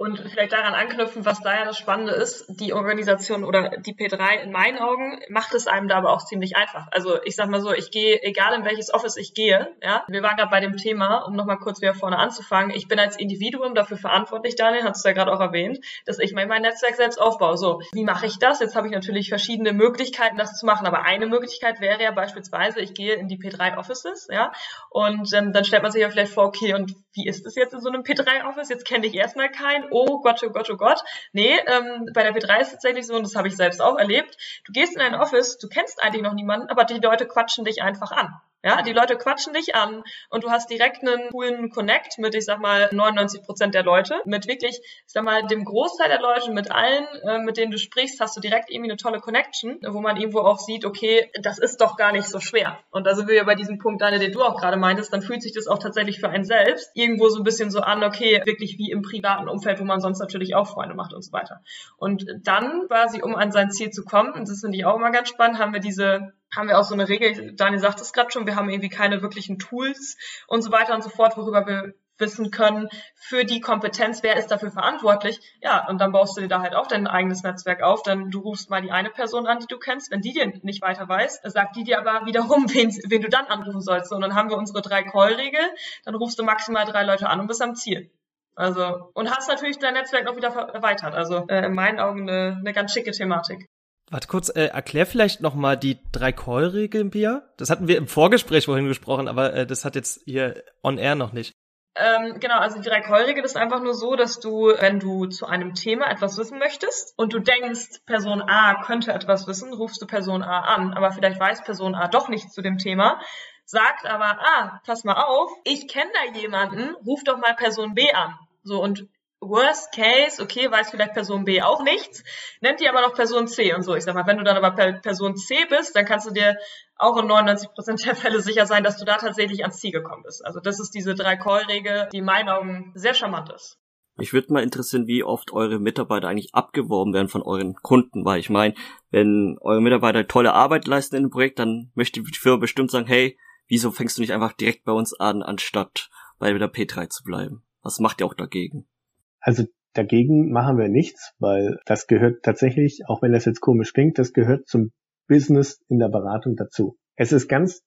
S4: Und vielleicht daran anknüpfen, was da ja das Spannende ist, die Organisation oder die P3 in meinen Augen macht es einem da aber auch ziemlich einfach. Also ich sag mal so, ich gehe, egal in welches Office ich gehe, ja, wir waren gerade bei dem Thema, um nochmal kurz wieder vorne anzufangen, ich bin als Individuum dafür verantwortlich, Daniel, hast du ja gerade auch erwähnt, dass ich mein Netzwerk selbst aufbaue. So, wie mache ich das? Jetzt habe ich natürlich verschiedene Möglichkeiten, das zu machen, aber eine Möglichkeit wäre ja beispielsweise, ich gehe in die P3 Offices, ja, und dann stellt man sich ja vielleicht vor, okay, und wie ist es jetzt in so einem P3 Office? Jetzt kenne ich erstmal keinen. Oh Gott, oh Gott, oh Gott. Nee, bei der P3 ist es tatsächlich so, und das habe ich selbst auch erlebt, du gehst in ein Office, du kennst eigentlich noch niemanden, aber die Leute quatschen dich einfach an. Ja, die Leute quatschen dich an und du hast direkt einen coolen Connect mit, ich sag mal, 99% der Leute, mit wirklich, ich sag mal, dem Großteil der Leute, mit allen, mit denen du sprichst, hast du direkt irgendwie eine tolle Connection, wo man irgendwo auch sieht, okay, das ist doch gar nicht so schwer. Und da sind wir ja bei diesem Punkt, Daniel, den du auch gerade meintest, dann fühlt sich das auch tatsächlich für einen selbst irgendwo so ein bisschen so an, okay, wirklich wie im privaten Umfeld, wo man sonst natürlich auch Freunde macht und so weiter. Und dann quasi, um an sein Ziel zu kommen, und das finde ich auch immer ganz spannend, haben wir auch so eine Regel, Daniel sagt es gerade schon, wir haben irgendwie keine wirklichen Tools und so weiter und so fort, worüber wir wissen können für die Kompetenz, wer ist dafür verantwortlich. Ja, und dann baust du dir da halt auch dein eigenes Netzwerk auf, dann du rufst mal die eine Person an, die du kennst, wenn die dir nicht weiter weiß, sagt die dir aber wiederum, wen du dann anrufen sollst. Und dann haben wir unsere 3-Call-Regel, dann rufst du maximal 3 Leute an und bist am Ziel. Also, und hast natürlich dein Netzwerk noch wieder erweitert. Also in meinen Augen eine ganz schicke Thematik.
S2: Warte kurz, erklär vielleicht nochmal die 3-Call-Regeln, Pia. Das hatten wir im Vorgespräch vorhin gesprochen, aber das hat jetzt hier on air noch nicht.
S4: Genau, also die 3-Call-Regel ist einfach nur so, dass du, wenn du zu einem Thema etwas wissen möchtest und du denkst, Person A könnte etwas wissen, rufst du Person A an, aber vielleicht weiß Person A doch nichts zu dem Thema, sagt aber, pass mal auf, ich kenne da jemanden, ruf doch mal Person B an. So, und Worst Case, okay, weiß vielleicht Person B auch nichts, nennt die aber noch Person C und so. Ich sag mal, wenn du dann aber Person C bist, dann kannst du dir auch in 99% der Fälle sicher sein, dass du da tatsächlich ans Ziel gekommen bist. Also das ist diese 3-Call-Regel, die in meinen Augen sehr charmant ist.
S1: Mich würde mal interessieren, wie oft eure Mitarbeiter eigentlich abgeworben werden von euren Kunden, weil ich meine, wenn eure Mitarbeiter tolle Arbeit leisten in einem Projekt, dann möchte die Firma bestimmt sagen, hey, wieso fängst du nicht einfach direkt bei uns an, anstatt bei der P3 zu bleiben? Was macht ihr auch dagegen?
S3: Also dagegen machen wir nichts, weil das gehört tatsächlich, auch wenn das jetzt komisch klingt, das gehört zum Business in der Beratung dazu. Es ist ganz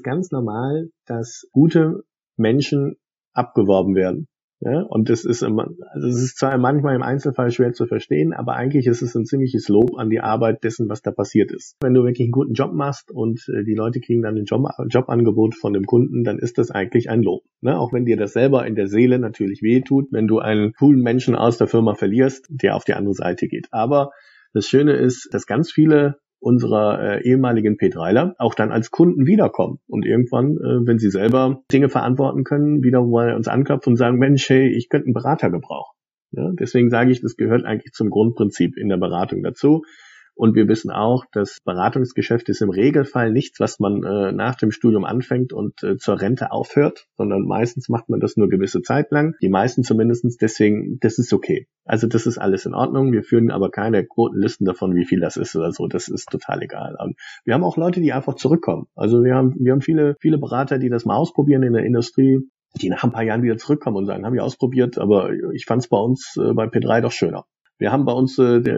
S3: normal, dass gute Menschen abgeworben werden. Ja, und das ist zwar manchmal im Einzelfall schwer zu verstehen, aber eigentlich ist es ein ziemliches Lob an die Arbeit dessen, was da passiert ist. Wenn du wirklich einen guten Job machst und die Leute kriegen dann ein Jobangebot von dem Kunden, dann ist das eigentlich ein Lob. Ne? Auch wenn dir das selber in der Seele natürlich wehtut, wenn du einen coolen Menschen aus der Firma verlierst, der auf die andere Seite geht. Aber das Schöne ist, dass ganz viele unserer ehemaligen P3ler auch dann als Kunden wiederkommen und irgendwann, wenn sie selber Dinge verantworten können, wieder mal uns anklopfen und sagen, Mensch, hey, ich könnte einen Berater gebrauchen. Ja, deswegen sage ich, das gehört eigentlich zum Grundprinzip in der Beratung dazu. Und wir wissen auch, das Beratungsgeschäft ist im Regelfall nichts, was man nach dem Studium anfängt und zur Rente aufhört, sondern meistens macht man das nur gewisse Zeit lang. Die meisten zumindestens, deswegen, das ist okay. Also das ist alles in Ordnung. Wir führen aber keine Quotenlisten davon, wie viel das ist oder so. Das ist total egal. Und wir haben auch Leute, die einfach zurückkommen. Also wir haben viele Berater, die das mal ausprobieren in der Industrie, die nach ein paar Jahren wieder zurückkommen und sagen, haben wir ausprobiert, aber ich fand es bei uns bei P3 doch schöner. Wir haben bei uns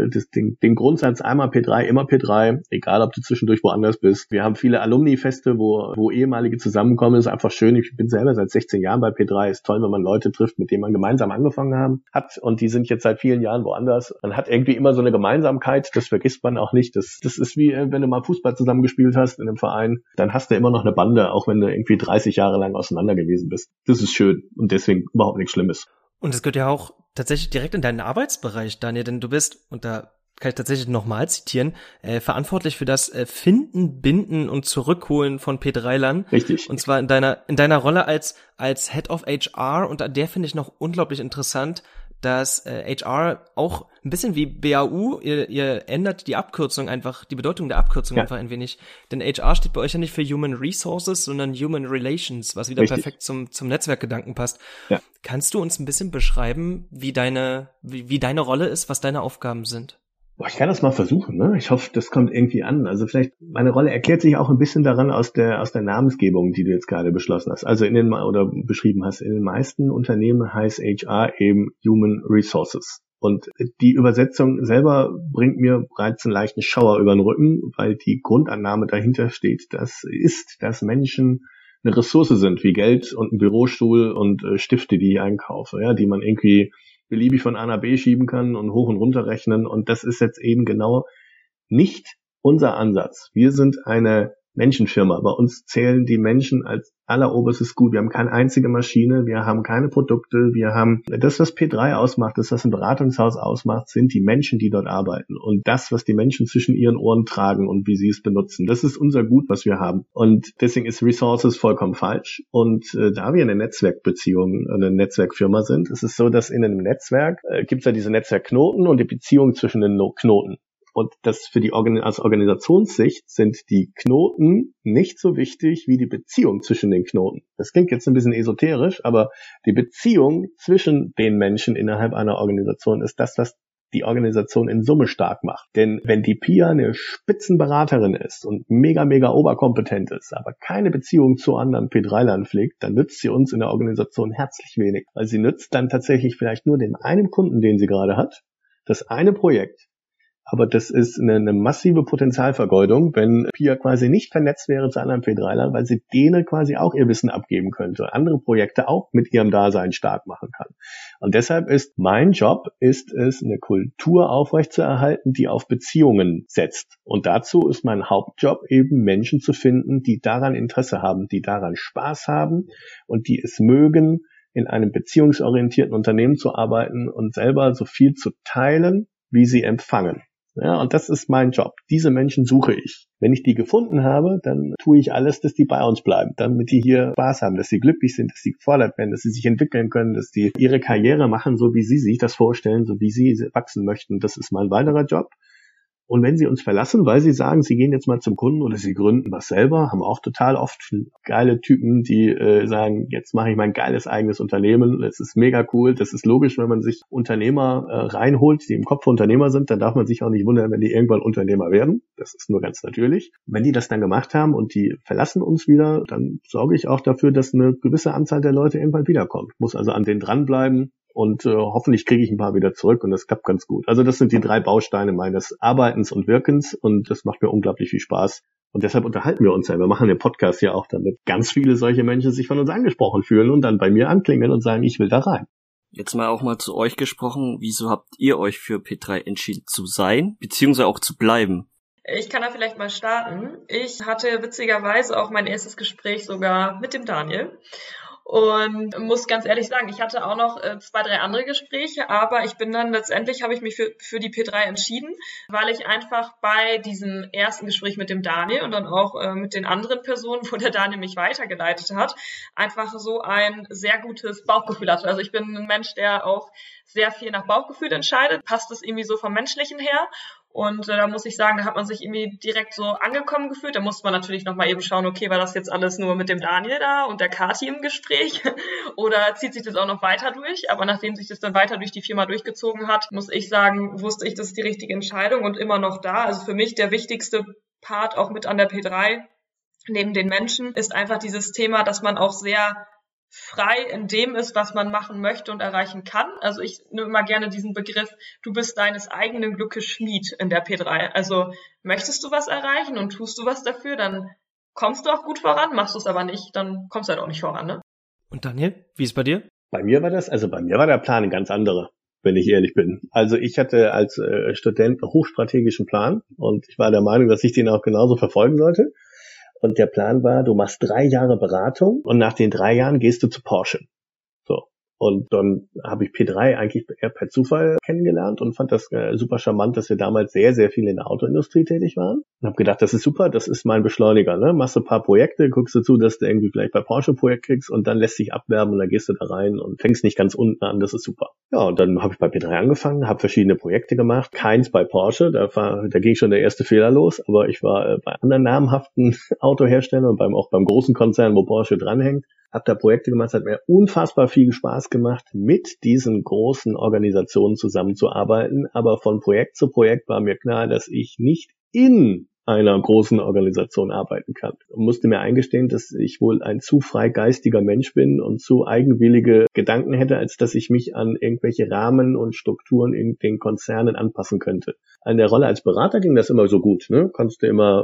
S3: den Grundsatz einmal P3, immer P3, egal ob du zwischendurch woanders bist. Wir haben viele Alumni-Feste, wo ehemalige zusammenkommen. Das ist einfach schön. Ich bin selber seit 16 Jahren bei P3. Ist toll, wenn man Leute trifft, mit denen man gemeinsam angefangen hat. Und die sind jetzt seit vielen Jahren woanders. Man hat irgendwie immer so eine Gemeinsamkeit. Das vergisst man auch nicht. Das ist wie, wenn du mal Fußball zusammengespielt hast in einem Verein. Dann hast du immer noch eine Bande, auch wenn du irgendwie 30 Jahre lang auseinander gewesen bist. Das ist schön und deswegen überhaupt nichts Schlimmes.
S2: Und es gehört ja auch tatsächlich direkt in deinen Arbeitsbereich, Daniel, denn du bist, und da kann ich tatsächlich nochmal zitieren, verantwortlich für das Finden, Binden und Zurückholen von P3lern.
S3: Richtig.
S2: Und zwar in deiner Rolle als Head of HR, und an der finde ich noch unglaublich interessant, dass HR auch ein bisschen wie BAU, ihr ändert die Abkürzung einfach, die Bedeutung der Abkürzung einfach ein wenig. Denn HR steht bei euch ja nicht für Human Resources, sondern Human Relations, was wieder perfekt zum Netzwerkgedanken passt. Ja. Kannst du uns ein bisschen beschreiben, wie deine Rolle ist, was deine Aufgaben sind?
S3: Ich kann das mal versuchen, ne? Ich hoffe, das kommt irgendwie an. Also vielleicht, meine Rolle erklärt sich auch ein bisschen daran aus der Namensgebung, die du jetzt gerade beschlossen hast. Also oder beschrieben hast. In den meisten Unternehmen heißt HR eben Human Resources. Und die Übersetzung selber bringt mir bereits einen leichten Schauer über den Rücken, weil die Grundannahme dahinter steht, dass Menschen eine Ressource sind, wie Geld und ein Bürostuhl und Stifte, die ich einkaufe, ja, die man irgendwie beliebig von A nach B schieben kann und hoch und runter rechnen. Und das ist jetzt eben genau nicht unser Ansatz. Wir sind eine Menschenfirma. Bei uns zählen die Menschen als alleroberstes Gut. Wir haben keine einzige Maschine, wir haben keine Produkte, wir haben das, was P3 ausmacht, das, was ein Beratungshaus ausmacht, sind die Menschen, die dort arbeiten. Und das, was die Menschen zwischen ihren Ohren tragen und wie sie es benutzen. Das ist unser Gut, was wir haben. Und deswegen ist Resources vollkommen falsch. Und da wir eine Netzwerkbeziehung, eine Netzwerkfirma sind, ist es so, dass in einem Netzwerk gibt es ja diese Netzwerkknoten und die Beziehung zwischen den Knoten. Und das für die aus Organisationssicht sind die Knoten nicht so wichtig wie die Beziehung zwischen den Knoten. Das klingt jetzt ein bisschen esoterisch, aber die Beziehung zwischen den Menschen innerhalb einer Organisation ist das, was die Organisation in Summe stark macht. Denn wenn die Pia eine Spitzenberaterin ist und mega, mega oberkompetent ist, aber keine Beziehung zu anderen P3-Lern pflegt, dann nützt sie uns in der Organisation herzlich wenig. Weil sie nützt dann tatsächlich vielleicht nur den einen Kunden, den sie gerade hat, das eine Projekt. Aber das ist eine massive Potenzialvergeudung, wenn Pia quasi nicht vernetzt wäre zu anderen P3-Lern, weil sie denen quasi auch ihr Wissen abgeben könnte, andere Projekte auch mit ihrem Dasein stark machen kann. Und deshalb ist mein Job, eine Kultur aufrechtzuerhalten, die auf Beziehungen setzt. Und dazu ist mein Hauptjob eben, Menschen zu finden, die daran Interesse haben, die daran Spaß haben und die es mögen, in einem beziehungsorientierten Unternehmen zu arbeiten und selber so viel zu teilen, wie sie empfangen. Ja, und das ist mein Job. Diese Menschen suche ich. Wenn ich die gefunden habe, dann tue ich alles, dass die bei uns bleiben, damit die hier Spaß haben, dass sie glücklich sind, dass sie gefordert werden, dass sie sich entwickeln können, dass die ihre Karriere machen, so wie sie sich das vorstellen, so wie sie wachsen möchten. Das ist mein weiterer Job. Und wenn sie uns verlassen, weil sie sagen, sie gehen jetzt mal zum Kunden oder sie gründen was selber, haben auch total oft geile Typen, die sagen, jetzt mache ich mein geiles eigenes Unternehmen. Das ist mega cool. Das ist logisch, wenn man sich Unternehmer reinholt, die im Kopf Unternehmer sind, dann darf man sich auch nicht wundern, wenn die irgendwann Unternehmer werden. Das ist nur ganz natürlich. Wenn die das dann gemacht haben und die verlassen uns wieder, dann sorge ich auch dafür, dass eine gewisse Anzahl der Leute irgendwann wiederkommt. Muss also an denen dranbleiben. Und hoffentlich kriege ich ein paar wieder zurück und das klappt ganz gut. Also das sind die 3 Bausteine meines Arbeitens und Wirkens und das macht mir unglaublich viel Spaß. Und deshalb unterhalten wir uns ja. Wir machen den Podcast ja auch, damit ganz viele solche Menschen sich von uns angesprochen fühlen und dann bei mir anklingeln und sagen, ich will da rein.
S1: Jetzt mal auch mal zu euch gesprochen. Wieso habt ihr euch für P3 entschieden zu sein, beziehungsweise auch zu bleiben?
S4: Ich kann da vielleicht mal starten. Ich hatte witzigerweise auch mein erstes Gespräch sogar mit dem Daniel. Und muss ganz ehrlich sagen, ich hatte auch noch 2, 3 andere Gespräche, aber ich bin dann letztendlich, habe ich mich für die P3 entschieden, weil ich einfach bei diesem ersten Gespräch mit dem Daniel und dann auch mit den anderen Personen, wo der Daniel mich weitergeleitet hat, einfach so ein sehr gutes Bauchgefühl hatte. Also ich bin ein Mensch, der auch sehr viel nach Bauchgefühl entscheidet. Passt es irgendwie so vom Menschlichen her? Und da muss ich sagen, da hat man sich irgendwie direkt so angekommen gefühlt. Da musste man natürlich nochmal eben schauen, okay, war das jetzt alles nur mit dem Daniel da und der Kati im Gespräch? Oder zieht sich das auch noch weiter durch? Aber nachdem sich das dann weiter durch die Firma durchgezogen hat, muss ich sagen, wusste ich, das ist die richtige Entscheidung und immer noch da. Also für mich der wichtigste Part auch mit an der P3, neben den Menschen, ist einfach dieses Thema, dass man auch sehr frei in dem ist, was man machen möchte und erreichen kann. Also ich nehme immer gerne diesen Begriff, du bist deines eigenen Glückes Schmied in der P3. Also möchtest du was erreichen und tust du was dafür, dann kommst du auch gut voran, machst du es aber nicht, dann kommst du halt auch nicht voran, ne?
S2: Und Daniel, wie ist bei dir?
S3: Bei mir war der Plan ein ganz anderer, wenn ich ehrlich bin. Also ich hatte als Student einen hochstrategischen Plan und ich war der Meinung, dass ich den auch genauso verfolgen sollte. Und der Plan war, du machst 3 Jahre Beratung und nach den 3 Jahren gehst du zu Porsche. So. Und dann habe ich P3 eigentlich eher per Zufall kennengelernt und fand das super charmant, dass wir damals sehr, sehr viel in der Autoindustrie tätig waren. Und habe gedacht, das ist super, das ist mein Beschleuniger. Ne? Machst du ein paar Projekte, guckst du zu, dass du irgendwie vielleicht bei Porsche ein Projekt kriegst und dann lässt dich abwerben und dann gehst du da rein und fängst nicht ganz unten an, das ist super. Ja, und dann habe ich bei P3 angefangen, habe verschiedene Projekte gemacht, keins bei Porsche, da ging schon der erste Fehler los, aber ich war bei anderen namhaften Autoherstellern und auch beim großen Konzern, wo Porsche dranhängt. habe da Projekte gemacht, hat mir unfassbar viel Spaß gemacht, mit diesen großen Organisationen zusammenzuarbeiten. Aber von Projekt zu Projekt war mir klar, dass ich nicht in einer großen Organisation arbeiten kann. Und musste mir eingestehen, dass ich wohl ein zu freigeistiger Mensch bin und zu eigenwillige Gedanken hätte, als dass ich mich an irgendwelche Rahmen und Strukturen in den Konzernen anpassen könnte. An der Rolle als Berater ging das immer so gut, ne? Kannst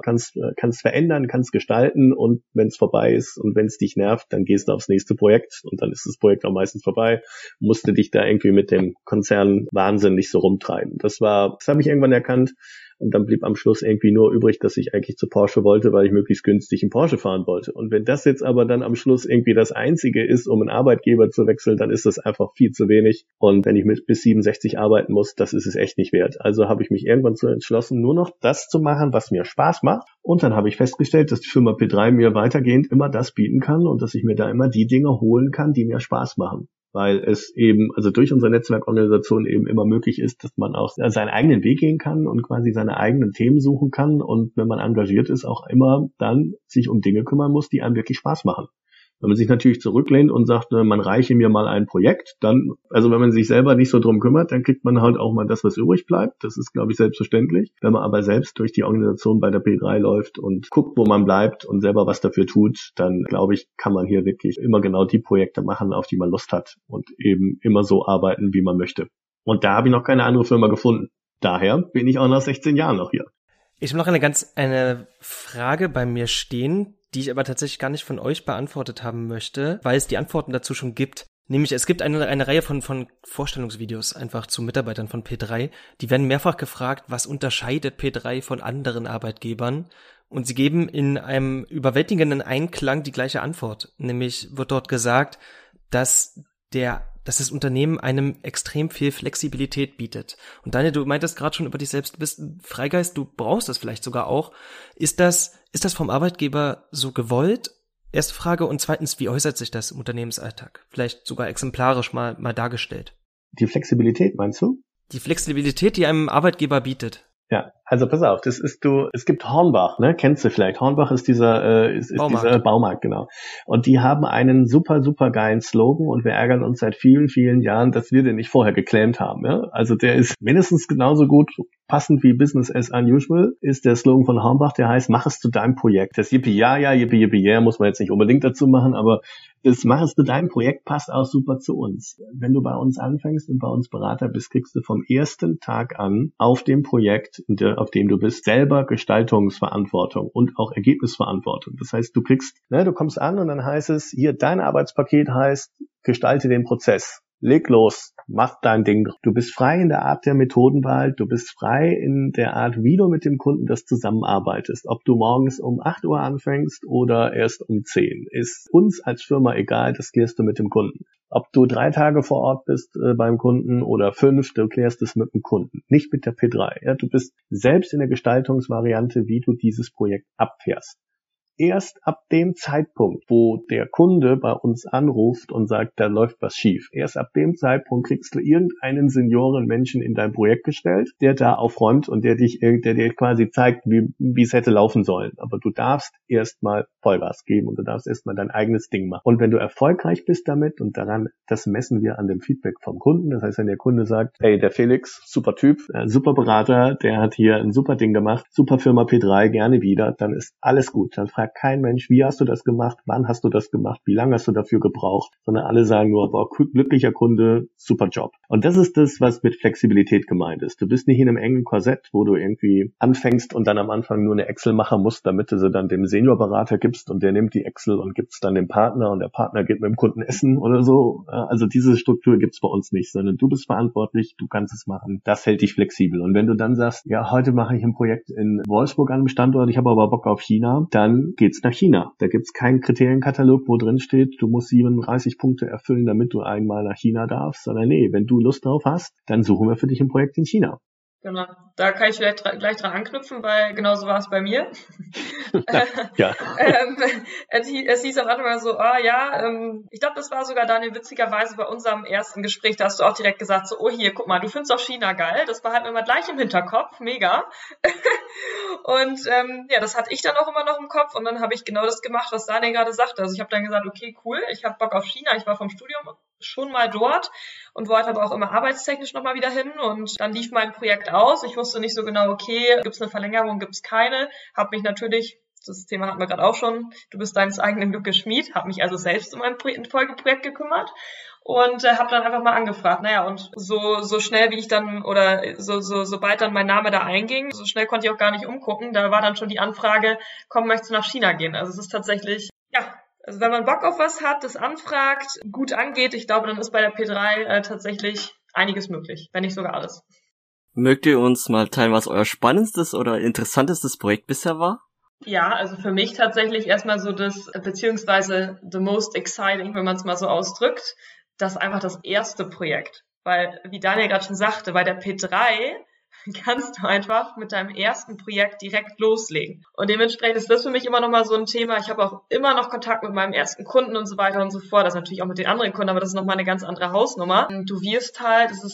S3: verändern, kannst gestalten, und wenn es vorbei ist und wenn es dich nervt, dann gehst du aufs nächste Projekt und dann ist das Projekt auch meistens vorbei. Musste dich da irgendwie mit dem Konzern Wahnsinn nicht so rumtreiben. Das habe ich irgendwann erkannt. Und dann blieb am Schluss irgendwie nur übrig, dass ich eigentlich zu Porsche wollte, weil ich möglichst günstig in Porsche fahren wollte. Und wenn das jetzt aber dann am Schluss irgendwie das Einzige ist, um einen Arbeitgeber zu wechseln, dann ist das einfach viel zu wenig. Und wenn ich bis 67 arbeiten muss, das ist es echt nicht wert. Also habe ich mich irgendwann so entschlossen, nur noch das zu machen, was mir Spaß macht. Und dann habe ich festgestellt, dass die Firma P3 mir weitergehend immer das bieten kann und dass ich mir da immer die Dinge holen kann, die mir Spaß machen. Weil es eben, also durch unsere Netzwerkorganisation eben immer möglich ist, dass man auch seinen eigenen Weg gehen kann und quasi seine eigenen Themen suchen kann und wenn man engagiert ist, auch immer dann sich um Dinge kümmern muss, die einem wirklich Spaß machen. Wenn man sich natürlich zurücklehnt und sagt, man reiche mir mal ein Projekt, dann, also wenn man sich selber nicht so drum kümmert, dann kriegt man halt auch mal das, was übrig bleibt. Das ist, glaube ich, selbstverständlich. Wenn man aber selbst durch die Organisation bei der P3 läuft und guckt, wo man bleibt und selber was dafür tut, dann, glaube ich, kann man hier wirklich immer genau die Projekte machen, auf die man Lust hat und eben immer so arbeiten, wie man möchte. Und da habe ich noch keine andere Firma gefunden. Daher bin ich auch nach 16 Jahren noch hier.
S2: Ich habe noch eine Frage bei mir stehen, die ich aber tatsächlich gar nicht von euch beantwortet haben möchte, weil es die Antworten dazu schon gibt. Nämlich, es gibt eine Reihe von Vorstellungsvideos einfach zu Mitarbeitern von P3. Die werden mehrfach gefragt, was unterscheidet P3 von anderen Arbeitgebern? Und sie geben in einem überwältigenden Einklang die gleiche Antwort. Nämlich wird dort gesagt, dass das Unternehmen einem extrem viel Flexibilität bietet. Und Daniel, du meintest gerade schon über dich selbst, du bist ein Freigeist, du brauchst das vielleicht sogar auch. Ist das vom Arbeitgeber so gewollt? Erste Frage. Und zweitens, wie äußert sich das im Unternehmensalltag? Vielleicht sogar exemplarisch mal dargestellt.
S3: Die Flexibilität, meinst du?
S2: Die Flexibilität, die einem Arbeitgeber bietet.
S3: Ja, also pass auf, es gibt Hornbach, ne, kennst du vielleicht. Hornbach ist dieser Baumarkt, genau. Und die haben einen super, super geilen Slogan und wir ärgern uns seit vielen, vielen Jahren, dass wir den nicht vorher geclaimt haben, ja. Also der ist mindestens genauso gut passend wie Business as unusual, ist der Slogan von Hornbach, der heißt, mach es zu deinem Projekt. Das Yippie, ja, Yippie, Yippie, yeah, muss man jetzt nicht unbedingt dazu machen, aber das mach es zu deinem Projekt passt auch super zu uns. Wenn du bei uns anfängst und bei uns Berater bist, kriegst du vom ersten Tag an auf dem Projekt, auf dem du bist, selber Gestaltungsverantwortung und auch Ergebnisverantwortung. Das heißt, du kommst an und dann heißt es, hier, dein Arbeitspaket heißt, gestalte den Prozess. Leg los, mach dein Ding. Du bist frei in der Art der Methodenwahl, du bist frei in der Art, wie du mit dem Kunden das zusammenarbeitest. Ob du morgens um 8 Uhr anfängst oder erst um 10, ist uns als Firma egal, das klärst du mit dem Kunden. Ob du 3 Tage vor Ort bist beim Kunden oder 5, du klärst es mit dem Kunden, nicht mit der P3. Ja, du bist selbst in der Gestaltungsvariante, wie du dieses Projekt abfährst. Erst ab dem Zeitpunkt, wo der Kunde bei uns anruft und sagt, da läuft was schief, erst ab dem Zeitpunkt kriegst du irgendeinen Seniorenmenschen in dein Projekt gestellt, der da aufräumt und der dir quasi zeigt, wie es hätte laufen sollen. Aber du darfst erstmal Vollgas geben und du darfst erstmal dein eigenes Ding machen. Und wenn du erfolgreich bist damit, und das messen wir an dem Feedback vom Kunden, das heißt, wenn der Kunde sagt, hey, der Felix, super Typ, super Berater, der hat hier ein super Ding gemacht, super Firma P3, gerne wieder, dann ist alles gut. Dann fragt kein Mensch, wie hast du das gemacht, wann hast du das gemacht, wie lange hast du dafür gebraucht, sondern alle sagen nur, boah, glücklicher Kunde, super Job. Und das ist das, was mit Flexibilität gemeint ist. Du bist nicht in einem engen Korsett, wo du irgendwie anfängst und dann am Anfang nur eine Excel machen musst, damit du sie dann dem Seniorberater gibst und der nimmt die Excel und gibt es dann dem Partner und der Partner geht mit dem Kunden essen oder so. Also diese Struktur gibt's bei uns nicht, sondern du bist verantwortlich, du kannst es machen. Das hält dich flexibel. Und wenn du dann sagst, ja, heute mache ich ein Projekt in Wolfsburg an einem Standort, ich habe aber Bock auf China, dann geht's nach China. Da gibt's keinen Kriterienkatalog, wo drin steht, du musst 37 Punkte erfüllen, damit du einmal nach China darfst, sondern nee, wenn du Lust drauf hast, dann suchen wir für dich ein Projekt in China.
S4: Genau, da kann ich vielleicht gleich dran anknüpfen, weil genauso war es bei mir.
S3: Ja.
S4: Es hieß am Anfang mal so, ich glaube, das war sogar Daniel witzigerweise bei unserem ersten Gespräch, da hast du auch direkt gesagt, so, oh hier, guck mal, du findest auch China geil, das behalten wir mal gleich im Hinterkopf, mega. Und das hatte ich dann auch immer noch im Kopf und dann habe ich genau das gemacht, was Daniel gerade sagte. Also ich habe dann gesagt, okay, cool, ich habe Bock auf China, ich war vom Studium schon mal dort und wollte aber auch immer arbeitstechnisch nochmal wieder hin und dann lief mein Projekt aus. Ich wusste nicht so genau, okay, gibt es eine Verlängerung, gibt es keine, habe mich natürlich, das Thema hatten wir gerade auch schon, du bist deines eigenen Glückes Schmied, habe mich also selbst um ein Folgeprojekt gekümmert und habe dann einfach mal angefragt. Naja, und so schnell wie ich dann oder sobald dann mein Name da einging, so schnell konnte ich auch gar nicht umgucken. Da war dann schon die Anfrage, komm, möchtest du nach China gehen? Also es ist tatsächlich, also wenn man Bock auf was hat, das anfragt, gut angeht, ich glaube, dann ist bei der P3 tatsächlich einiges möglich, wenn nicht sogar alles.
S1: Mögt ihr uns mal teilen, was euer spannendstes oder interessantestes Projekt bisher war?
S4: Ja, also für mich tatsächlich erstmal so das, beziehungsweise the most exciting, wenn man es mal so ausdrückt, das ist einfach das erste Projekt. Weil, wie Daniel gerade schon sagte, bei der P3 kannst du einfach mit deinem ersten Projekt direkt loslegen. Und dementsprechend ist das für mich immer noch mal so ein Thema. Ich habe auch immer noch Kontakt mit meinem ersten Kunden und so weiter und so fort. Das ist natürlich auch mit den anderen Kunden, aber das ist noch mal eine ganz andere Hausnummer. Du wirst halt, es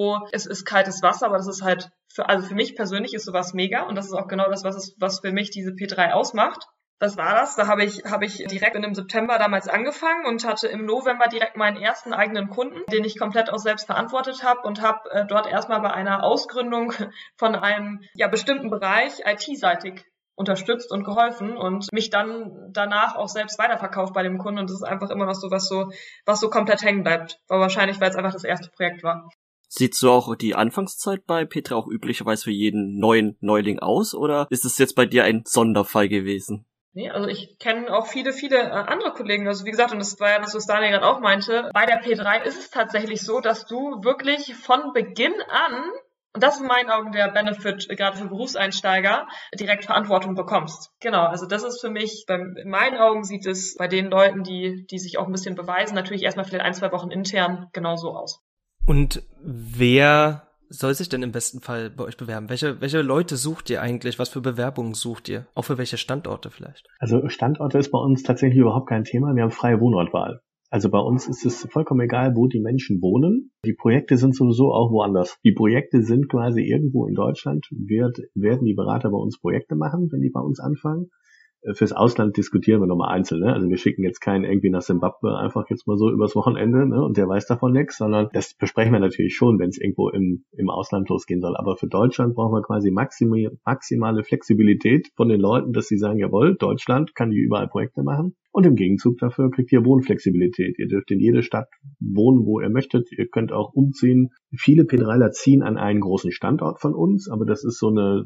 S4: ist kaltes Wasser, aber das ist halt für mich persönlich ist sowas mega. Und das ist auch genau das, was für mich diese P3 ausmacht. Das war das. Da habe ich direkt im September damals angefangen und hatte im November direkt meinen ersten eigenen Kunden, den ich komplett auch selbst verantwortet habe und habe dort erstmal bei einer Ausgründung von einem bestimmten Bereich IT-seitig unterstützt und geholfen und mich dann danach auch selbst weiterverkauft bei dem Kunden. Und das ist einfach immer noch so, was so komplett hängen bleibt. War wahrscheinlich, weil es einfach das erste Projekt war.
S1: Sieht so auch die Anfangszeit bei P3 auch üblicherweise für jeden neuen Neuling aus oder ist es jetzt bei dir ein Sonderfall gewesen?
S4: Nee, also ich kenne auch viele andere Kollegen. Also wie gesagt, und das war ja das, was Daniel gerade auch meinte, bei der P3 ist es tatsächlich so, dass du wirklich von Beginn an, und das ist in meinen Augen der Benefit, gerade für Berufseinsteiger, direkt Verantwortung bekommst. Genau, also das ist für mich, in meinen Augen sieht es bei den Leuten, die sich auch ein bisschen beweisen, natürlich erstmal vielleicht 1-2 Wochen intern genauso aus.
S2: Und wer soll sich denn im besten Fall bei euch bewerben? Welche Leute sucht ihr eigentlich? Was für Bewerbungen sucht ihr? Auch für welche Standorte vielleicht?
S3: Also Standorte ist bei uns tatsächlich überhaupt kein Thema. Wir haben freie Wohnortwahl. Also bei uns ist es vollkommen egal, wo die Menschen wohnen. Die Projekte sind sowieso auch woanders. Die Projekte sind quasi irgendwo in Deutschland. Werden die Berater bei uns Projekte machen, wenn die bei uns anfangen. Fürs Ausland diskutieren wir nochmal einzeln, ne? Also wir schicken jetzt keinen irgendwie nach Simbabwe einfach jetzt mal so übers Wochenende, ne? Und der weiß davon nichts, sondern das besprechen wir natürlich schon, wenn es irgendwo im Ausland losgehen soll. Aber für Deutschland brauchen wir quasi maximale Flexibilität von den Leuten, dass sie sagen, jawohl, Deutschland kann die überall Projekte machen. Und im Gegenzug dafür kriegt ihr Wohnflexibilität. Ihr dürft in jede Stadt wohnen, wo ihr möchtet. Ihr könnt auch umziehen. Viele P3ler ziehen an einen großen Standort von uns, aber das ist so eine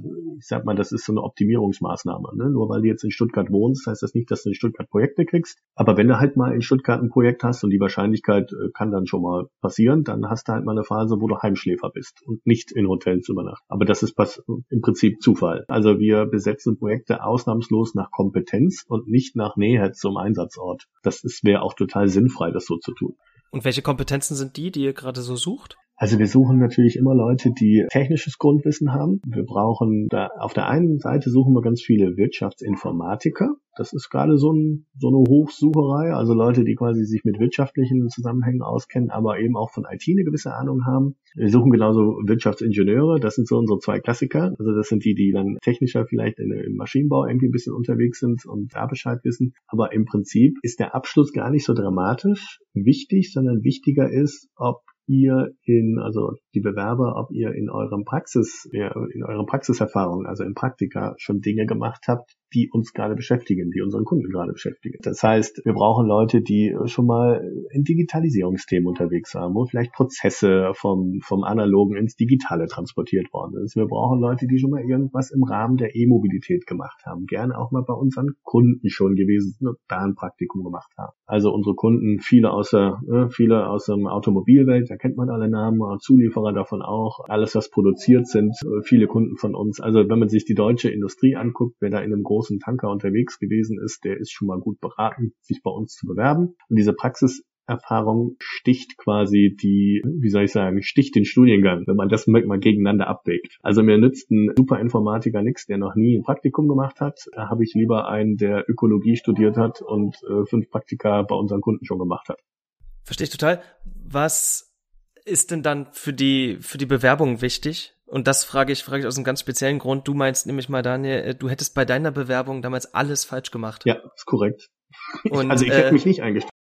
S3: Optimierungsmaßnahme. Ne? Nur weil du jetzt in Stuttgart wohnst, heißt das nicht, dass du in Stuttgart Projekte kriegst. Aber wenn du halt mal in Stuttgart ein Projekt hast und die Wahrscheinlichkeit kann dann schon mal passieren, dann hast du halt mal eine Phase, wo du Heimschläfer bist und nicht in Hotels übernachten. Aber das ist im Prinzip Zufall. Also wir besetzen Projekte ausnahmslos nach Kompetenz und nicht nach Nähe zum Einsatzort. Wäre auch total sinnfrei, das so zu tun.
S2: Und welche Kompetenzen sind die ihr gerade so sucht?
S3: Also wir suchen natürlich immer Leute, die technisches Grundwissen haben. Wir brauchen auf der einen Seite suchen wir ganz viele Wirtschaftsinformatiker. Das ist gerade so eine Hochsucherei. Also Leute, die quasi sich mit wirtschaftlichen Zusammenhängen auskennen, aber eben auch von IT eine gewisse Ahnung haben. Wir suchen genauso Wirtschaftsingenieure. Das sind so unsere zwei Klassiker. Also das sind die dann technischer vielleicht im Maschinenbau irgendwie ein bisschen unterwegs sind und da Bescheid wissen. Aber im Prinzip ist der Abschluss gar nicht so dramatisch wichtig, sondern wichtiger ist, ob ihr in euren Praxiserfahrungen, also in Praktika, schon Dinge gemacht habt, die uns gerade beschäftigen, die unseren Kunden gerade beschäftigen. Das heißt, wir brauchen Leute, die schon mal in Digitalisierungsthemen unterwegs waren, wo vielleicht Prozesse vom Analogen ins Digitale transportiert worden sind. Wir brauchen Leute, die schon mal irgendwas im Rahmen der E-Mobilität gemacht haben, gerne auch mal bei unseren Kunden schon gewesen sind und da ein Praktikum gemacht haben. Also unsere Kunden, viele aus der Automobilwelt, da kennt man alle Namen, Zulieferer davon auch, alles was produziert sind, viele Kunden von uns. Also wenn man sich die deutsche Industrie anguckt, wer da in einem großen Tanker unterwegs gewesen ist, der ist schon mal gut beraten, sich bei uns zu bewerben. Und diese Praxiserfahrung sticht quasi sticht den Studiengang, wenn man das mal gegeneinander abwägt. Also mir nützt ein Superinformatiker nichts, der noch nie ein Praktikum gemacht hat. Da habe ich lieber einen, der Ökologie studiert hat und 5 Praktika bei unseren Kunden schon gemacht hat.
S2: Verstehe ich total. Was ist denn dann für die Bewerbung wichtig? Und das frage ich aus einem ganz speziellen Grund. Du meinst nämlich mal, Daniel, du hättest bei deiner Bewerbung damals alles falsch gemacht.
S3: Ja, ist korrekt.
S2: Und,
S3: also ich hätte mich nicht eingestellt.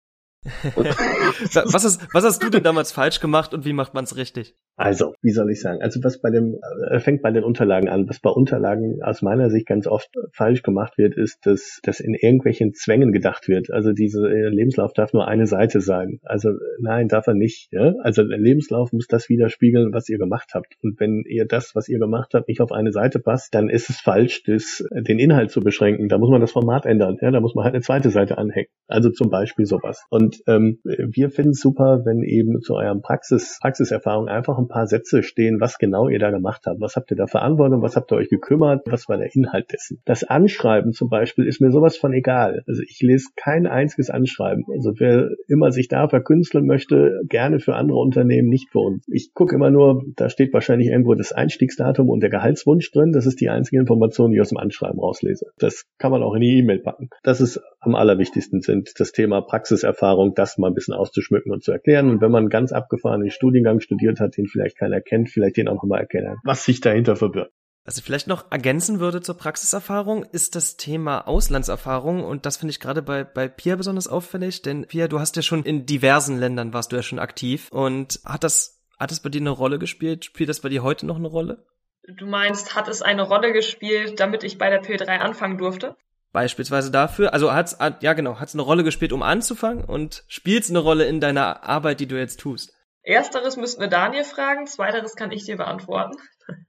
S2: Was hast du denn damals falsch gemacht und wie macht man es richtig?
S3: Also, wie soll ich sagen? Also was fängt bei den Unterlagen an. Was bei Unterlagen aus meiner Sicht ganz oft falsch gemacht wird, ist, dass in irgendwelchen Zwängen gedacht wird. Also dieser Lebenslauf darf nur eine Seite sein. Also nein, darf er nicht. Ja? Also der Lebenslauf muss das widerspiegeln, was ihr gemacht habt. Und wenn ihr das, was ihr gemacht habt, nicht auf eine Seite passt, dann ist es falsch, den Inhalt zu beschränken. Da muss man das Format ändern. Ja? Da muss man halt eine zweite Seite anhängen. Also zum Beispiel sowas. Und wir finden es super, wenn eben zu eurem Praxiserfahrung einfach ein paar Sätze stehen, was genau ihr da gemacht habt. Was habt ihr da verantwortet? Was habt ihr euch gekümmert? Was war der Inhalt dessen? Das Anschreiben zum Beispiel ist mir sowas von egal. Also ich lese kein einziges Anschreiben. Also wer immer sich da verkünsteln möchte, gerne für andere Unternehmen, nicht für uns. Ich gucke immer nur, da steht wahrscheinlich irgendwo das Einstiegsdatum und der Gehaltswunsch drin. Das ist die einzige Information, die ich aus dem Anschreiben rauslese. Das kann man auch in die E-Mail packen. Das ist am allerwichtigsten, sind das Thema Praxiserfahrung, das mal ein bisschen auszuschmücken und zu erklären. Und wenn man einen ganz abgefahrenen Studiengang studiert hat, den vielleicht keiner kennt, vielleicht den auch nochmal erklären, was sich dahinter verbirgt.
S2: Was ich vielleicht noch ergänzen würde zur Praxiserfahrung, ist das Thema Auslandserfahrung. Und das finde ich gerade bei Pia besonders auffällig. Denn Pia, du hast ja schon in diversen Ländern warst du ja schon aktiv. Und hat das bei dir eine Rolle gespielt? Spielt das bei dir heute noch eine Rolle?
S4: Du meinst, hat es eine Rolle gespielt, damit ich bei der P3 anfangen durfte?
S2: Beispielsweise dafür, also hat's eine Rolle gespielt, um anzufangen, und spielt's eine Rolle in deiner Arbeit, die du jetzt tust?
S4: Ersteres müssten wir Daniel fragen, zweiteres kann ich dir beantworten.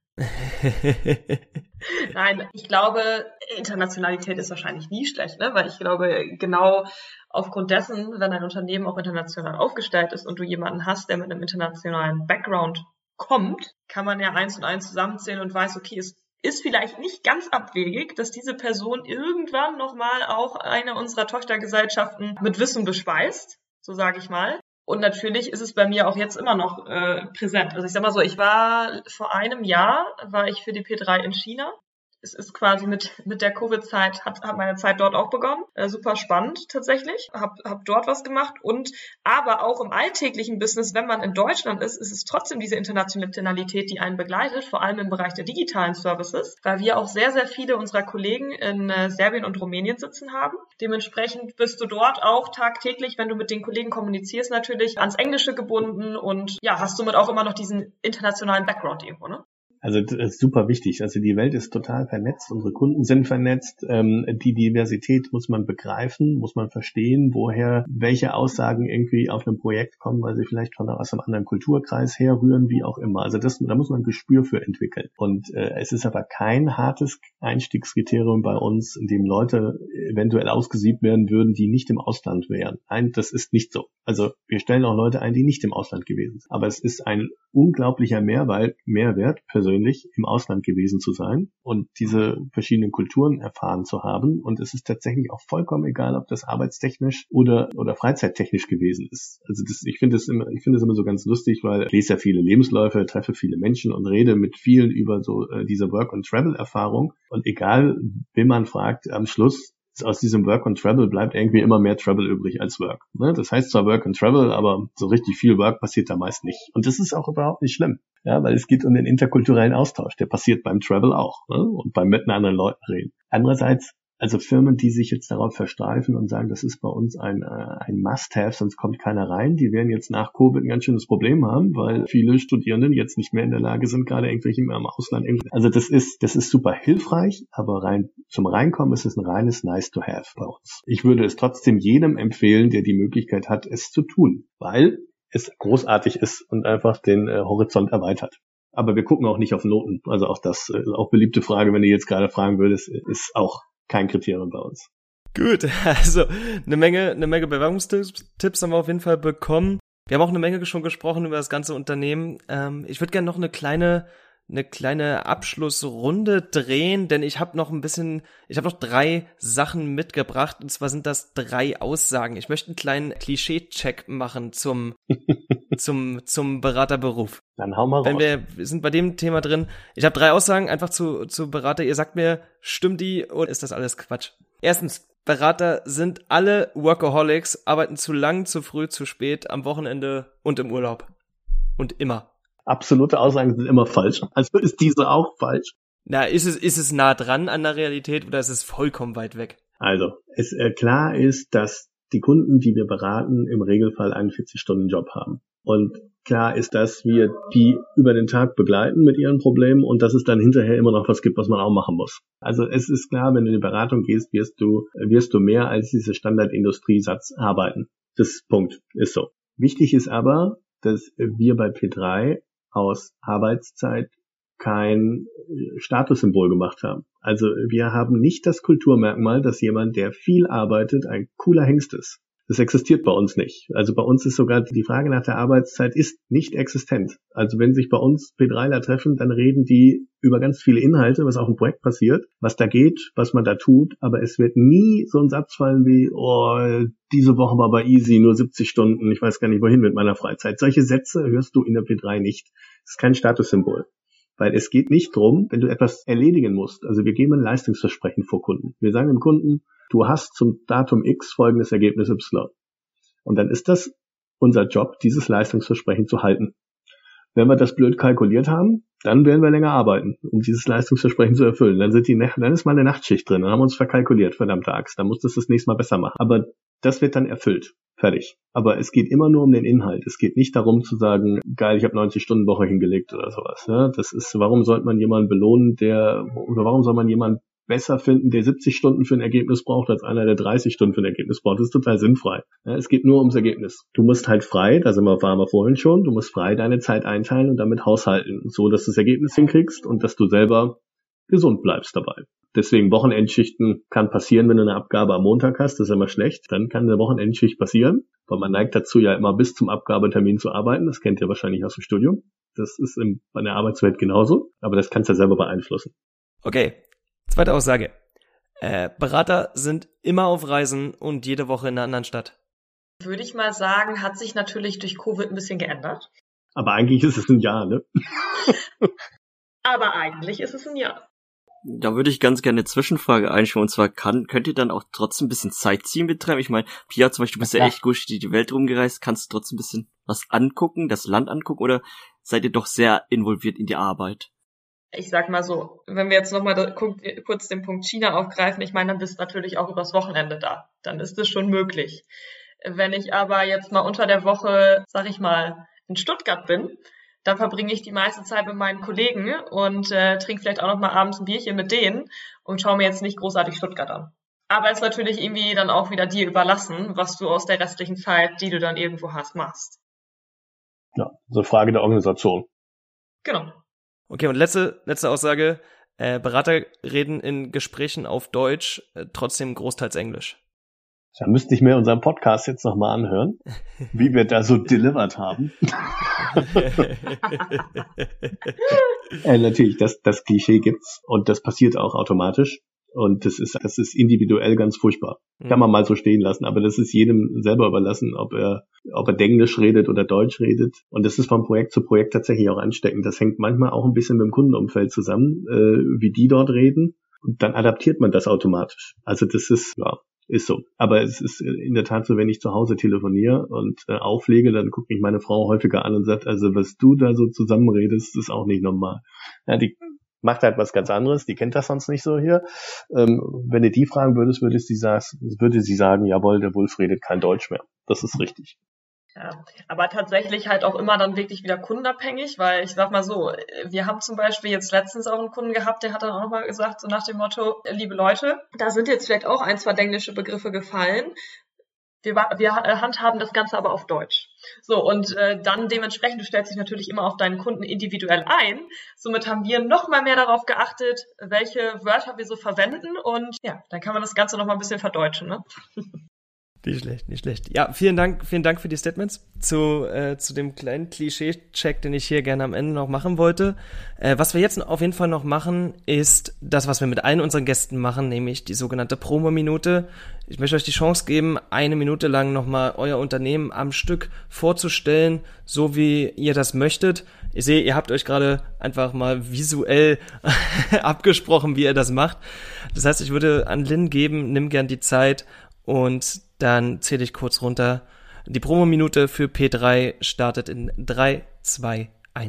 S4: Nein, ich glaube, Internationalität ist wahrscheinlich nie schlecht, ne? Weil ich glaube, genau aufgrund dessen, wenn ein Unternehmen auch international aufgestellt ist und du jemanden hast, der mit einem internationalen Background kommt, kann man ja 1 und 1 zusammenzählen und weiß, okay, es ist vielleicht nicht ganz abwegig, dass diese Person irgendwann nochmal auch eine unserer Tochtergesellschaften mit Wissen bespeist, so sage ich mal. Und natürlich ist es bei mir auch jetzt immer noch präsent. Also ich sag mal so, vor einem Jahr war ich für die P3 in China. Es ist quasi mit der Covid-Zeit, hat meine Zeit dort auch begonnen. Super spannend tatsächlich. Hab dort was gemacht. Aber auch im alltäglichen Business, wenn man in Deutschland ist es trotzdem diese Internationalität, die einen begleitet, vor allem im Bereich der digitalen Services, weil wir auch sehr, sehr viele unserer Kollegen in Serbien und Rumänien sitzen haben. Dementsprechend bist du dort auch tagtäglich, wenn du mit den Kollegen kommunizierst, natürlich ans Englische gebunden und ja, hast somit auch immer noch diesen internationalen Background irgendwo, ne?
S3: Also das ist super wichtig. Also die Welt ist total vernetzt, unsere Kunden sind vernetzt. Die Diversität muss man begreifen, muss man verstehen, woher welche Aussagen irgendwie auf einem Projekt kommen, weil sie vielleicht aus einem anderen Kulturkreis herrühren, wie auch immer. Also da muss man ein Gespür für entwickeln. Und es ist aber kein hartes Einstiegskriterium bei uns, in dem Leute eventuell ausgesiebt werden würden, die nicht im Ausland wären. Nein, das ist nicht so. Also wir stellen auch Leute ein, die nicht im Ausland gewesen sind. Aber es ist ein unglaublicher Mehrwert persönlich im Ausland gewesen zu sein und diese verschiedenen Kulturen erfahren zu haben. Und es ist tatsächlich auch vollkommen egal, ob das arbeitstechnisch oder freizeittechnisch gewesen ist. Also ich finde es immer so ganz lustig, weil ich lese ja viele Lebensläufe, treffe viele Menschen und rede mit vielen über so diese Work-and-Travel-Erfahrung. Und egal, wen man fragt, am Schluss aus diesem Work and Travel bleibt irgendwie immer mehr Travel übrig als Work. Ne? Das heißt zwar Work and Travel, aber so richtig viel Work passiert da meist nicht. Und das ist auch überhaupt nicht schlimm, ja, weil es geht um den interkulturellen Austausch. Der passiert beim Travel auch, ne? Und beim mit anderen Leuten reden. Andererseits, also Firmen, die sich jetzt darauf versteifen und sagen, das ist bei uns ein Must-Have, sonst kommt keiner rein, die werden jetzt nach Covid ein ganz schönes Problem haben, weil viele Studierenden jetzt nicht mehr in der Lage sind, gerade irgendwelche im Ausland. Also das ist super hilfreich, aber zum Reinkommen ist es ein reines Nice-to-Have bei uns. Ich würde es trotzdem jedem empfehlen, der die Möglichkeit hat, es zu tun, weil es großartig ist und einfach den Horizont erweitert. Aber wir gucken auch nicht auf Noten. Also auch das, auch beliebte Frage, wenn du jetzt gerade fragen würdest, ist auch kein Kriterium bei uns.
S2: Gut, also eine Menge Bewerbungstipps haben wir auf jeden Fall bekommen. Wir haben auch eine Menge schon gesprochen über das ganze Unternehmen. Ich würde gerne noch eine kleine Abschlussrunde drehen, denn ich habe noch 3 Sachen mitgebracht, und zwar sind das 3 Aussagen. Ich möchte einen kleinen Klischee-Check machen zum Beraterberuf.
S3: Dann hau mal raus.
S2: Wir sind bei dem Thema drin. Ich habe 3 Aussagen einfach zu Berater. Ihr sagt mir, stimmt die oder ist das alles Quatsch? Erstens, Berater sind alle Workaholics, arbeiten zu lang, zu früh, zu spät, am Wochenende und im Urlaub. Und immer.
S3: Absolute Aussagen sind immer falsch. Also ist diese auch falsch.
S2: Na, ist es nah dran an der Realität oder ist es vollkommen weit weg?
S3: Also, klar ist, dass die Kunden, die wir beraten, im Regelfall einen 40-Stunden-Job haben. Und klar ist, dass wir die über den Tag begleiten mit ihren Problemen und dass es dann hinterher immer noch was gibt, was man auch machen muss. Also es ist klar, wenn du in die Beratung gehst, wirst du mehr als diese Standard-Industriesatz arbeiten. Das Punkt ist so. Wichtig ist aber, dass wir bei P3 aus Arbeitszeit kein Statussymbol gemacht haben. Also wir haben nicht das Kulturmerkmal, dass jemand, der viel arbeitet, ein cooler Hengst ist. Das existiert bei uns nicht. Also bei uns ist sogar die Frage nach der Arbeitszeit ist nicht existent. Also wenn sich bei uns P3ler treffen, dann reden die über ganz viele Inhalte, was auch im Projekt passiert, was da geht, was man da tut, aber es wird nie so ein Satz fallen wie, oh, diese Woche war bei easy, nur 70 Stunden, ich weiß gar nicht wohin mit meiner Freizeit. Solche Sätze hörst du in der P3 nicht. Das ist kein Statussymbol. Weil es geht nicht drum, wenn du etwas erledigen musst. Also wir geben ein Leistungsversprechen vor Kunden. Wir sagen dem Kunden, du hast zum Datum X folgendes Ergebnis Y. Und dann ist das unser Job, dieses Leistungsversprechen zu halten. Wenn wir das blöd kalkuliert haben, dann werden wir länger arbeiten, um dieses Leistungsversprechen zu erfüllen. Dann ist mal eine Nachtschicht drin. Dann haben wir uns verkalkuliert, verdammte Axt. Dann musst du es das nächste Mal besser machen. Aber das wird dann erfüllt. Fertig. Aber es geht immer nur um den Inhalt. Es geht nicht darum zu sagen, geil, ich habe 90-Stunden-Woche hingelegt oder sowas. Ja, das ist, warum sollte man jemanden belohnen, warum soll man jemanden besser finden, der 70 Stunden für ein Ergebnis braucht, als einer, der 30 Stunden für ein Ergebnis braucht. Das ist total sinnfrei. Ja, es geht nur ums Ergebnis. Du musst halt frei, waren wir vorhin schon, du musst frei deine Zeit einteilen und damit haushalten, so dass du das Ergebnis hinkriegst und dass du selber gesund bleibst dabei. Deswegen Wochenendschichten kann passieren, wenn du eine Abgabe am Montag hast, das ist immer schlecht. Dann kann eine Wochenendschicht passieren, weil man neigt dazu ja immer bis zum Abgabetermin zu arbeiten. Das kennt ihr wahrscheinlich aus dem Studium. Das ist bei der Arbeitswelt genauso, aber das kannst du ja selber beeinflussen.
S2: Okay, zweite Aussage. Berater sind immer auf Reisen und jede Woche in einer anderen Stadt.
S4: Würde ich mal sagen, hat sich natürlich durch Covid ein bisschen geändert.
S3: Aber eigentlich ist es ein Jahr, ne?
S4: Aber eigentlich ist es ein Jahr.
S1: Da würde ich ganz gerne eine Zwischenfrage einschieben, und zwar könnt ihr dann auch trotzdem ein bisschen Sightseeing betreiben? Ich meine, Pia zum Beispiel, du bist ja echt gut die Welt rumgereist, kannst du trotzdem ein bisschen was angucken, das Land angucken, oder seid ihr doch sehr involviert in die Arbeit?
S4: Ich sag mal so, wenn wir jetzt nochmal kurz den Punkt China aufgreifen, ich meine, dann bist du natürlich auch übers Wochenende da. Dann ist es schon möglich. Wenn ich aber jetzt mal unter der Woche, sag ich mal, in Stuttgart bin, dann verbringe ich die meiste Zeit mit meinen Kollegen und trinke vielleicht auch noch mal abends ein Bierchen mit denen und schaue mir jetzt nicht großartig Stuttgart an. Aber es ist natürlich irgendwie dann auch wieder dir überlassen, was du aus der restlichen Zeit, die du dann irgendwo hast, machst.
S3: Ja, so Frage der Organisation.
S4: Genau.
S2: Okay, und letzte Aussage. Berater reden in Gesprächen auf Deutsch, trotzdem großteils Englisch.
S3: Da müsste ich mir unseren Podcast jetzt nochmal anhören, wie wir da so delivered haben. Natürlich, das Klischee gibt's und das passiert auch automatisch und das ist individuell ganz furchtbar. Kann man mal so stehen lassen, aber das ist jedem selber überlassen, ob er Englisch redet oder Deutsch redet, und das ist von Projekt zu Projekt tatsächlich auch ansteckend. Das hängt manchmal auch ein bisschen mit dem Kundenumfeld zusammen, wie die dort reden, und dann adaptiert man das automatisch. Also das ist so. Aber es ist in der Tat so, wenn ich zu Hause telefoniere und auflege, dann guckt mich meine Frau häufiger an und sagt, also was du da so zusammenredest, ist auch nicht normal. Ja, die macht halt was ganz anderes, die kennt das sonst nicht so hier. Wenn du die fragen würdest, würde sie sagen, jawohl, der Wulf redet kein Deutsch mehr. Das ist richtig.
S4: Ja, aber tatsächlich halt auch immer dann wirklich wieder kundenabhängig, weil ich sag mal so, wir haben zum Beispiel jetzt letztens auch einen Kunden gehabt, der hat dann auch nochmal gesagt, so nach dem Motto, liebe Leute, da sind jetzt vielleicht auch 1, 2 englische Begriffe gefallen, wir handhaben das Ganze aber auf Deutsch. So, und dann dementsprechend, du stellst dich natürlich immer auf deinen Kunden individuell ein, somit haben wir nochmal mehr darauf geachtet, welche Wörter wir so verwenden, und ja, dann kann man das Ganze nochmal ein bisschen verdeutschen, ne?
S2: Nicht schlecht. Ja, vielen Dank für die Statements zu dem kleinen Klischee-Check, den ich hier gerne am Ende noch machen wollte. Was wir jetzt auf jeden Fall noch machen, ist das, was wir mit allen unseren Gästen machen, nämlich die sogenannte Promo-Minute. Ich möchte euch die Chance geben, 1 Minute lang nochmal euer Unternehmen am Stück vorzustellen, so wie ihr das möchtet. Ich sehe, ihr habt euch gerade einfach mal visuell abgesprochen, wie ihr das macht. Das heißt, ich würde an Lynn geben, nimm gern die Zeit, und dann zähle ich kurz runter. Die Promo-Minute für P3 startet in 3, 2, 1.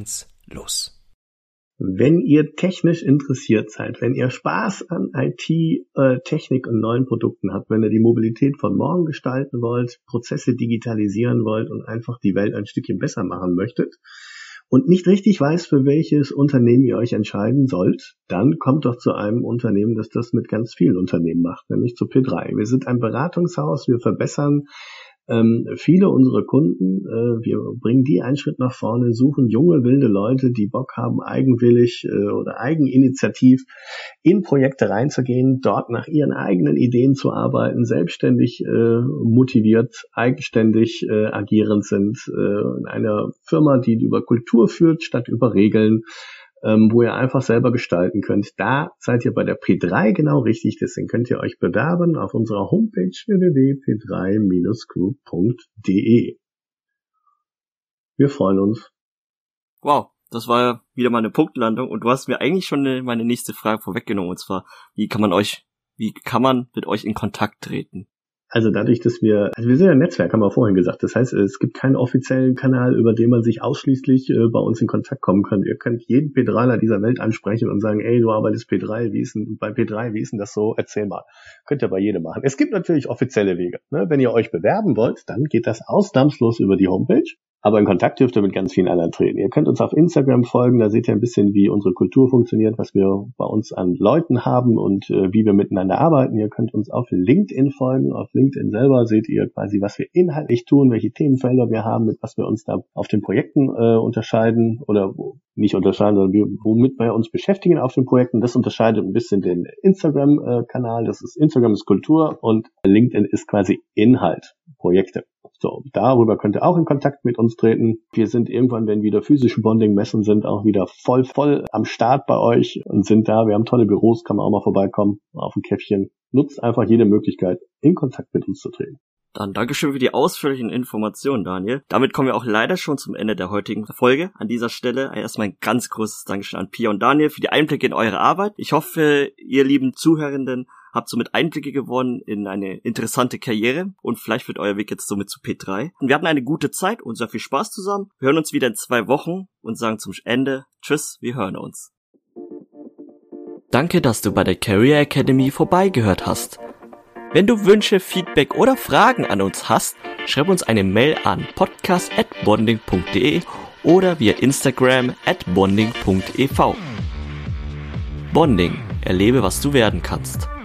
S2: los.
S3: Wenn ihr technisch interessiert seid, wenn ihr Spaß an IT, Technik und neuen Produkten habt, wenn ihr die Mobilität von morgen gestalten wollt, Prozesse digitalisieren wollt und einfach die Welt ein Stückchen besser machen möchtet und nicht richtig weiß, für welches Unternehmen ihr euch entscheiden sollt, dann kommt doch zu einem Unternehmen, das das mit ganz vielen Unternehmen macht, nämlich zu P3. Wir sind ein Beratungshaus, wir verbessern viele unserer Kunden, wir bringen die einen Schritt nach vorne, suchen junge, wilde Leute, die Bock haben, eigenwillig oder eigeninitiativ in Projekte reinzugehen, dort nach ihren eigenen Ideen zu arbeiten, selbstständig motiviert, eigenständig agierend sind, in einer Firma, die über Kultur führt, statt über Regeln, wo ihr einfach selber gestalten könnt. Da seid ihr bei der P3 genau richtig, deswegen könnt ihr euch bewerben auf unserer Homepage www.p3-group.de. Wir freuen uns.
S1: Wow, das war wieder mal eine Punktlandung und du hast mir eigentlich schon meine nächste Frage vorweggenommen, und zwar, wie kann man mit euch in Kontakt treten?
S3: Also dadurch, dass wir sind ja ein Netzwerk, haben wir vorhin gesagt. Das heißt, es gibt keinen offiziellen Kanal, über den man sich ausschließlich bei uns in Kontakt kommen kann. Ihr könnt jeden P3ler dieser Welt ansprechen und sagen, ey, du arbeitest P3, wie ist denn das so? Erzähl mal. Könnt ihr bei jedem machen. Es gibt natürlich offizielle Wege. Ne? Wenn ihr euch bewerben wollt, dann geht das ausnahmslos über die Homepage. Aber in Kontakt dürft ihr mit ganz vielen anderen treten. Ihr könnt uns auf Instagram folgen, da seht ihr ein bisschen, wie unsere Kultur funktioniert, was wir bei uns an Leuten haben und wie wir miteinander arbeiten. Ihr könnt uns auf LinkedIn folgen. Auf LinkedIn selber seht ihr quasi, was wir inhaltlich tun, welche Themenfelder wir haben, mit was wir uns da auf den Projekten unterscheiden oder nicht unterscheiden, sondern womit wir uns beschäftigen auf den Projekten. Das unterscheidet ein bisschen den Instagram-Kanal. Instagram ist Kultur und LinkedIn ist quasi Inhalt, Projekte. So, darüber könnt ihr auch in Kontakt mit uns treten. Wir sind irgendwann, wenn wieder physische Bonding-Messen sind, auch wieder voll am Start bei euch und sind da. Wir haben tolle Büros, kann man auch mal vorbeikommen auf ein Käffchen. Nutzt einfach jede Möglichkeit, in Kontakt mit uns zu treten.
S1: Dann Dankeschön für die ausführlichen Informationen, Daniel. Damit kommen wir auch leider schon zum Ende der heutigen Folge. An dieser Stelle erstmal ein ganz großes Dankeschön an Pia und Daniel für die Einblicke in eure Arbeit. Ich hoffe, ihr lieben Zuhörenden habt somit Einblicke gewonnen in eine interessante Karriere und vielleicht wird euer Weg jetzt somit zu P3. Und wir hatten eine gute Zeit und sehr viel Spaß zusammen. Wir hören uns wieder in 2 Wochen und sagen zum Ende Tschüss, wir hören uns. Danke, dass du bei der Career Academy vorbeigehört hast. Wenn du Wünsche, Feedback oder Fragen an uns hast, schreib uns eine Mail an podcast@bonding.de oder via Instagram @bonding.ev. Bonding. Erlebe, was du werden kannst.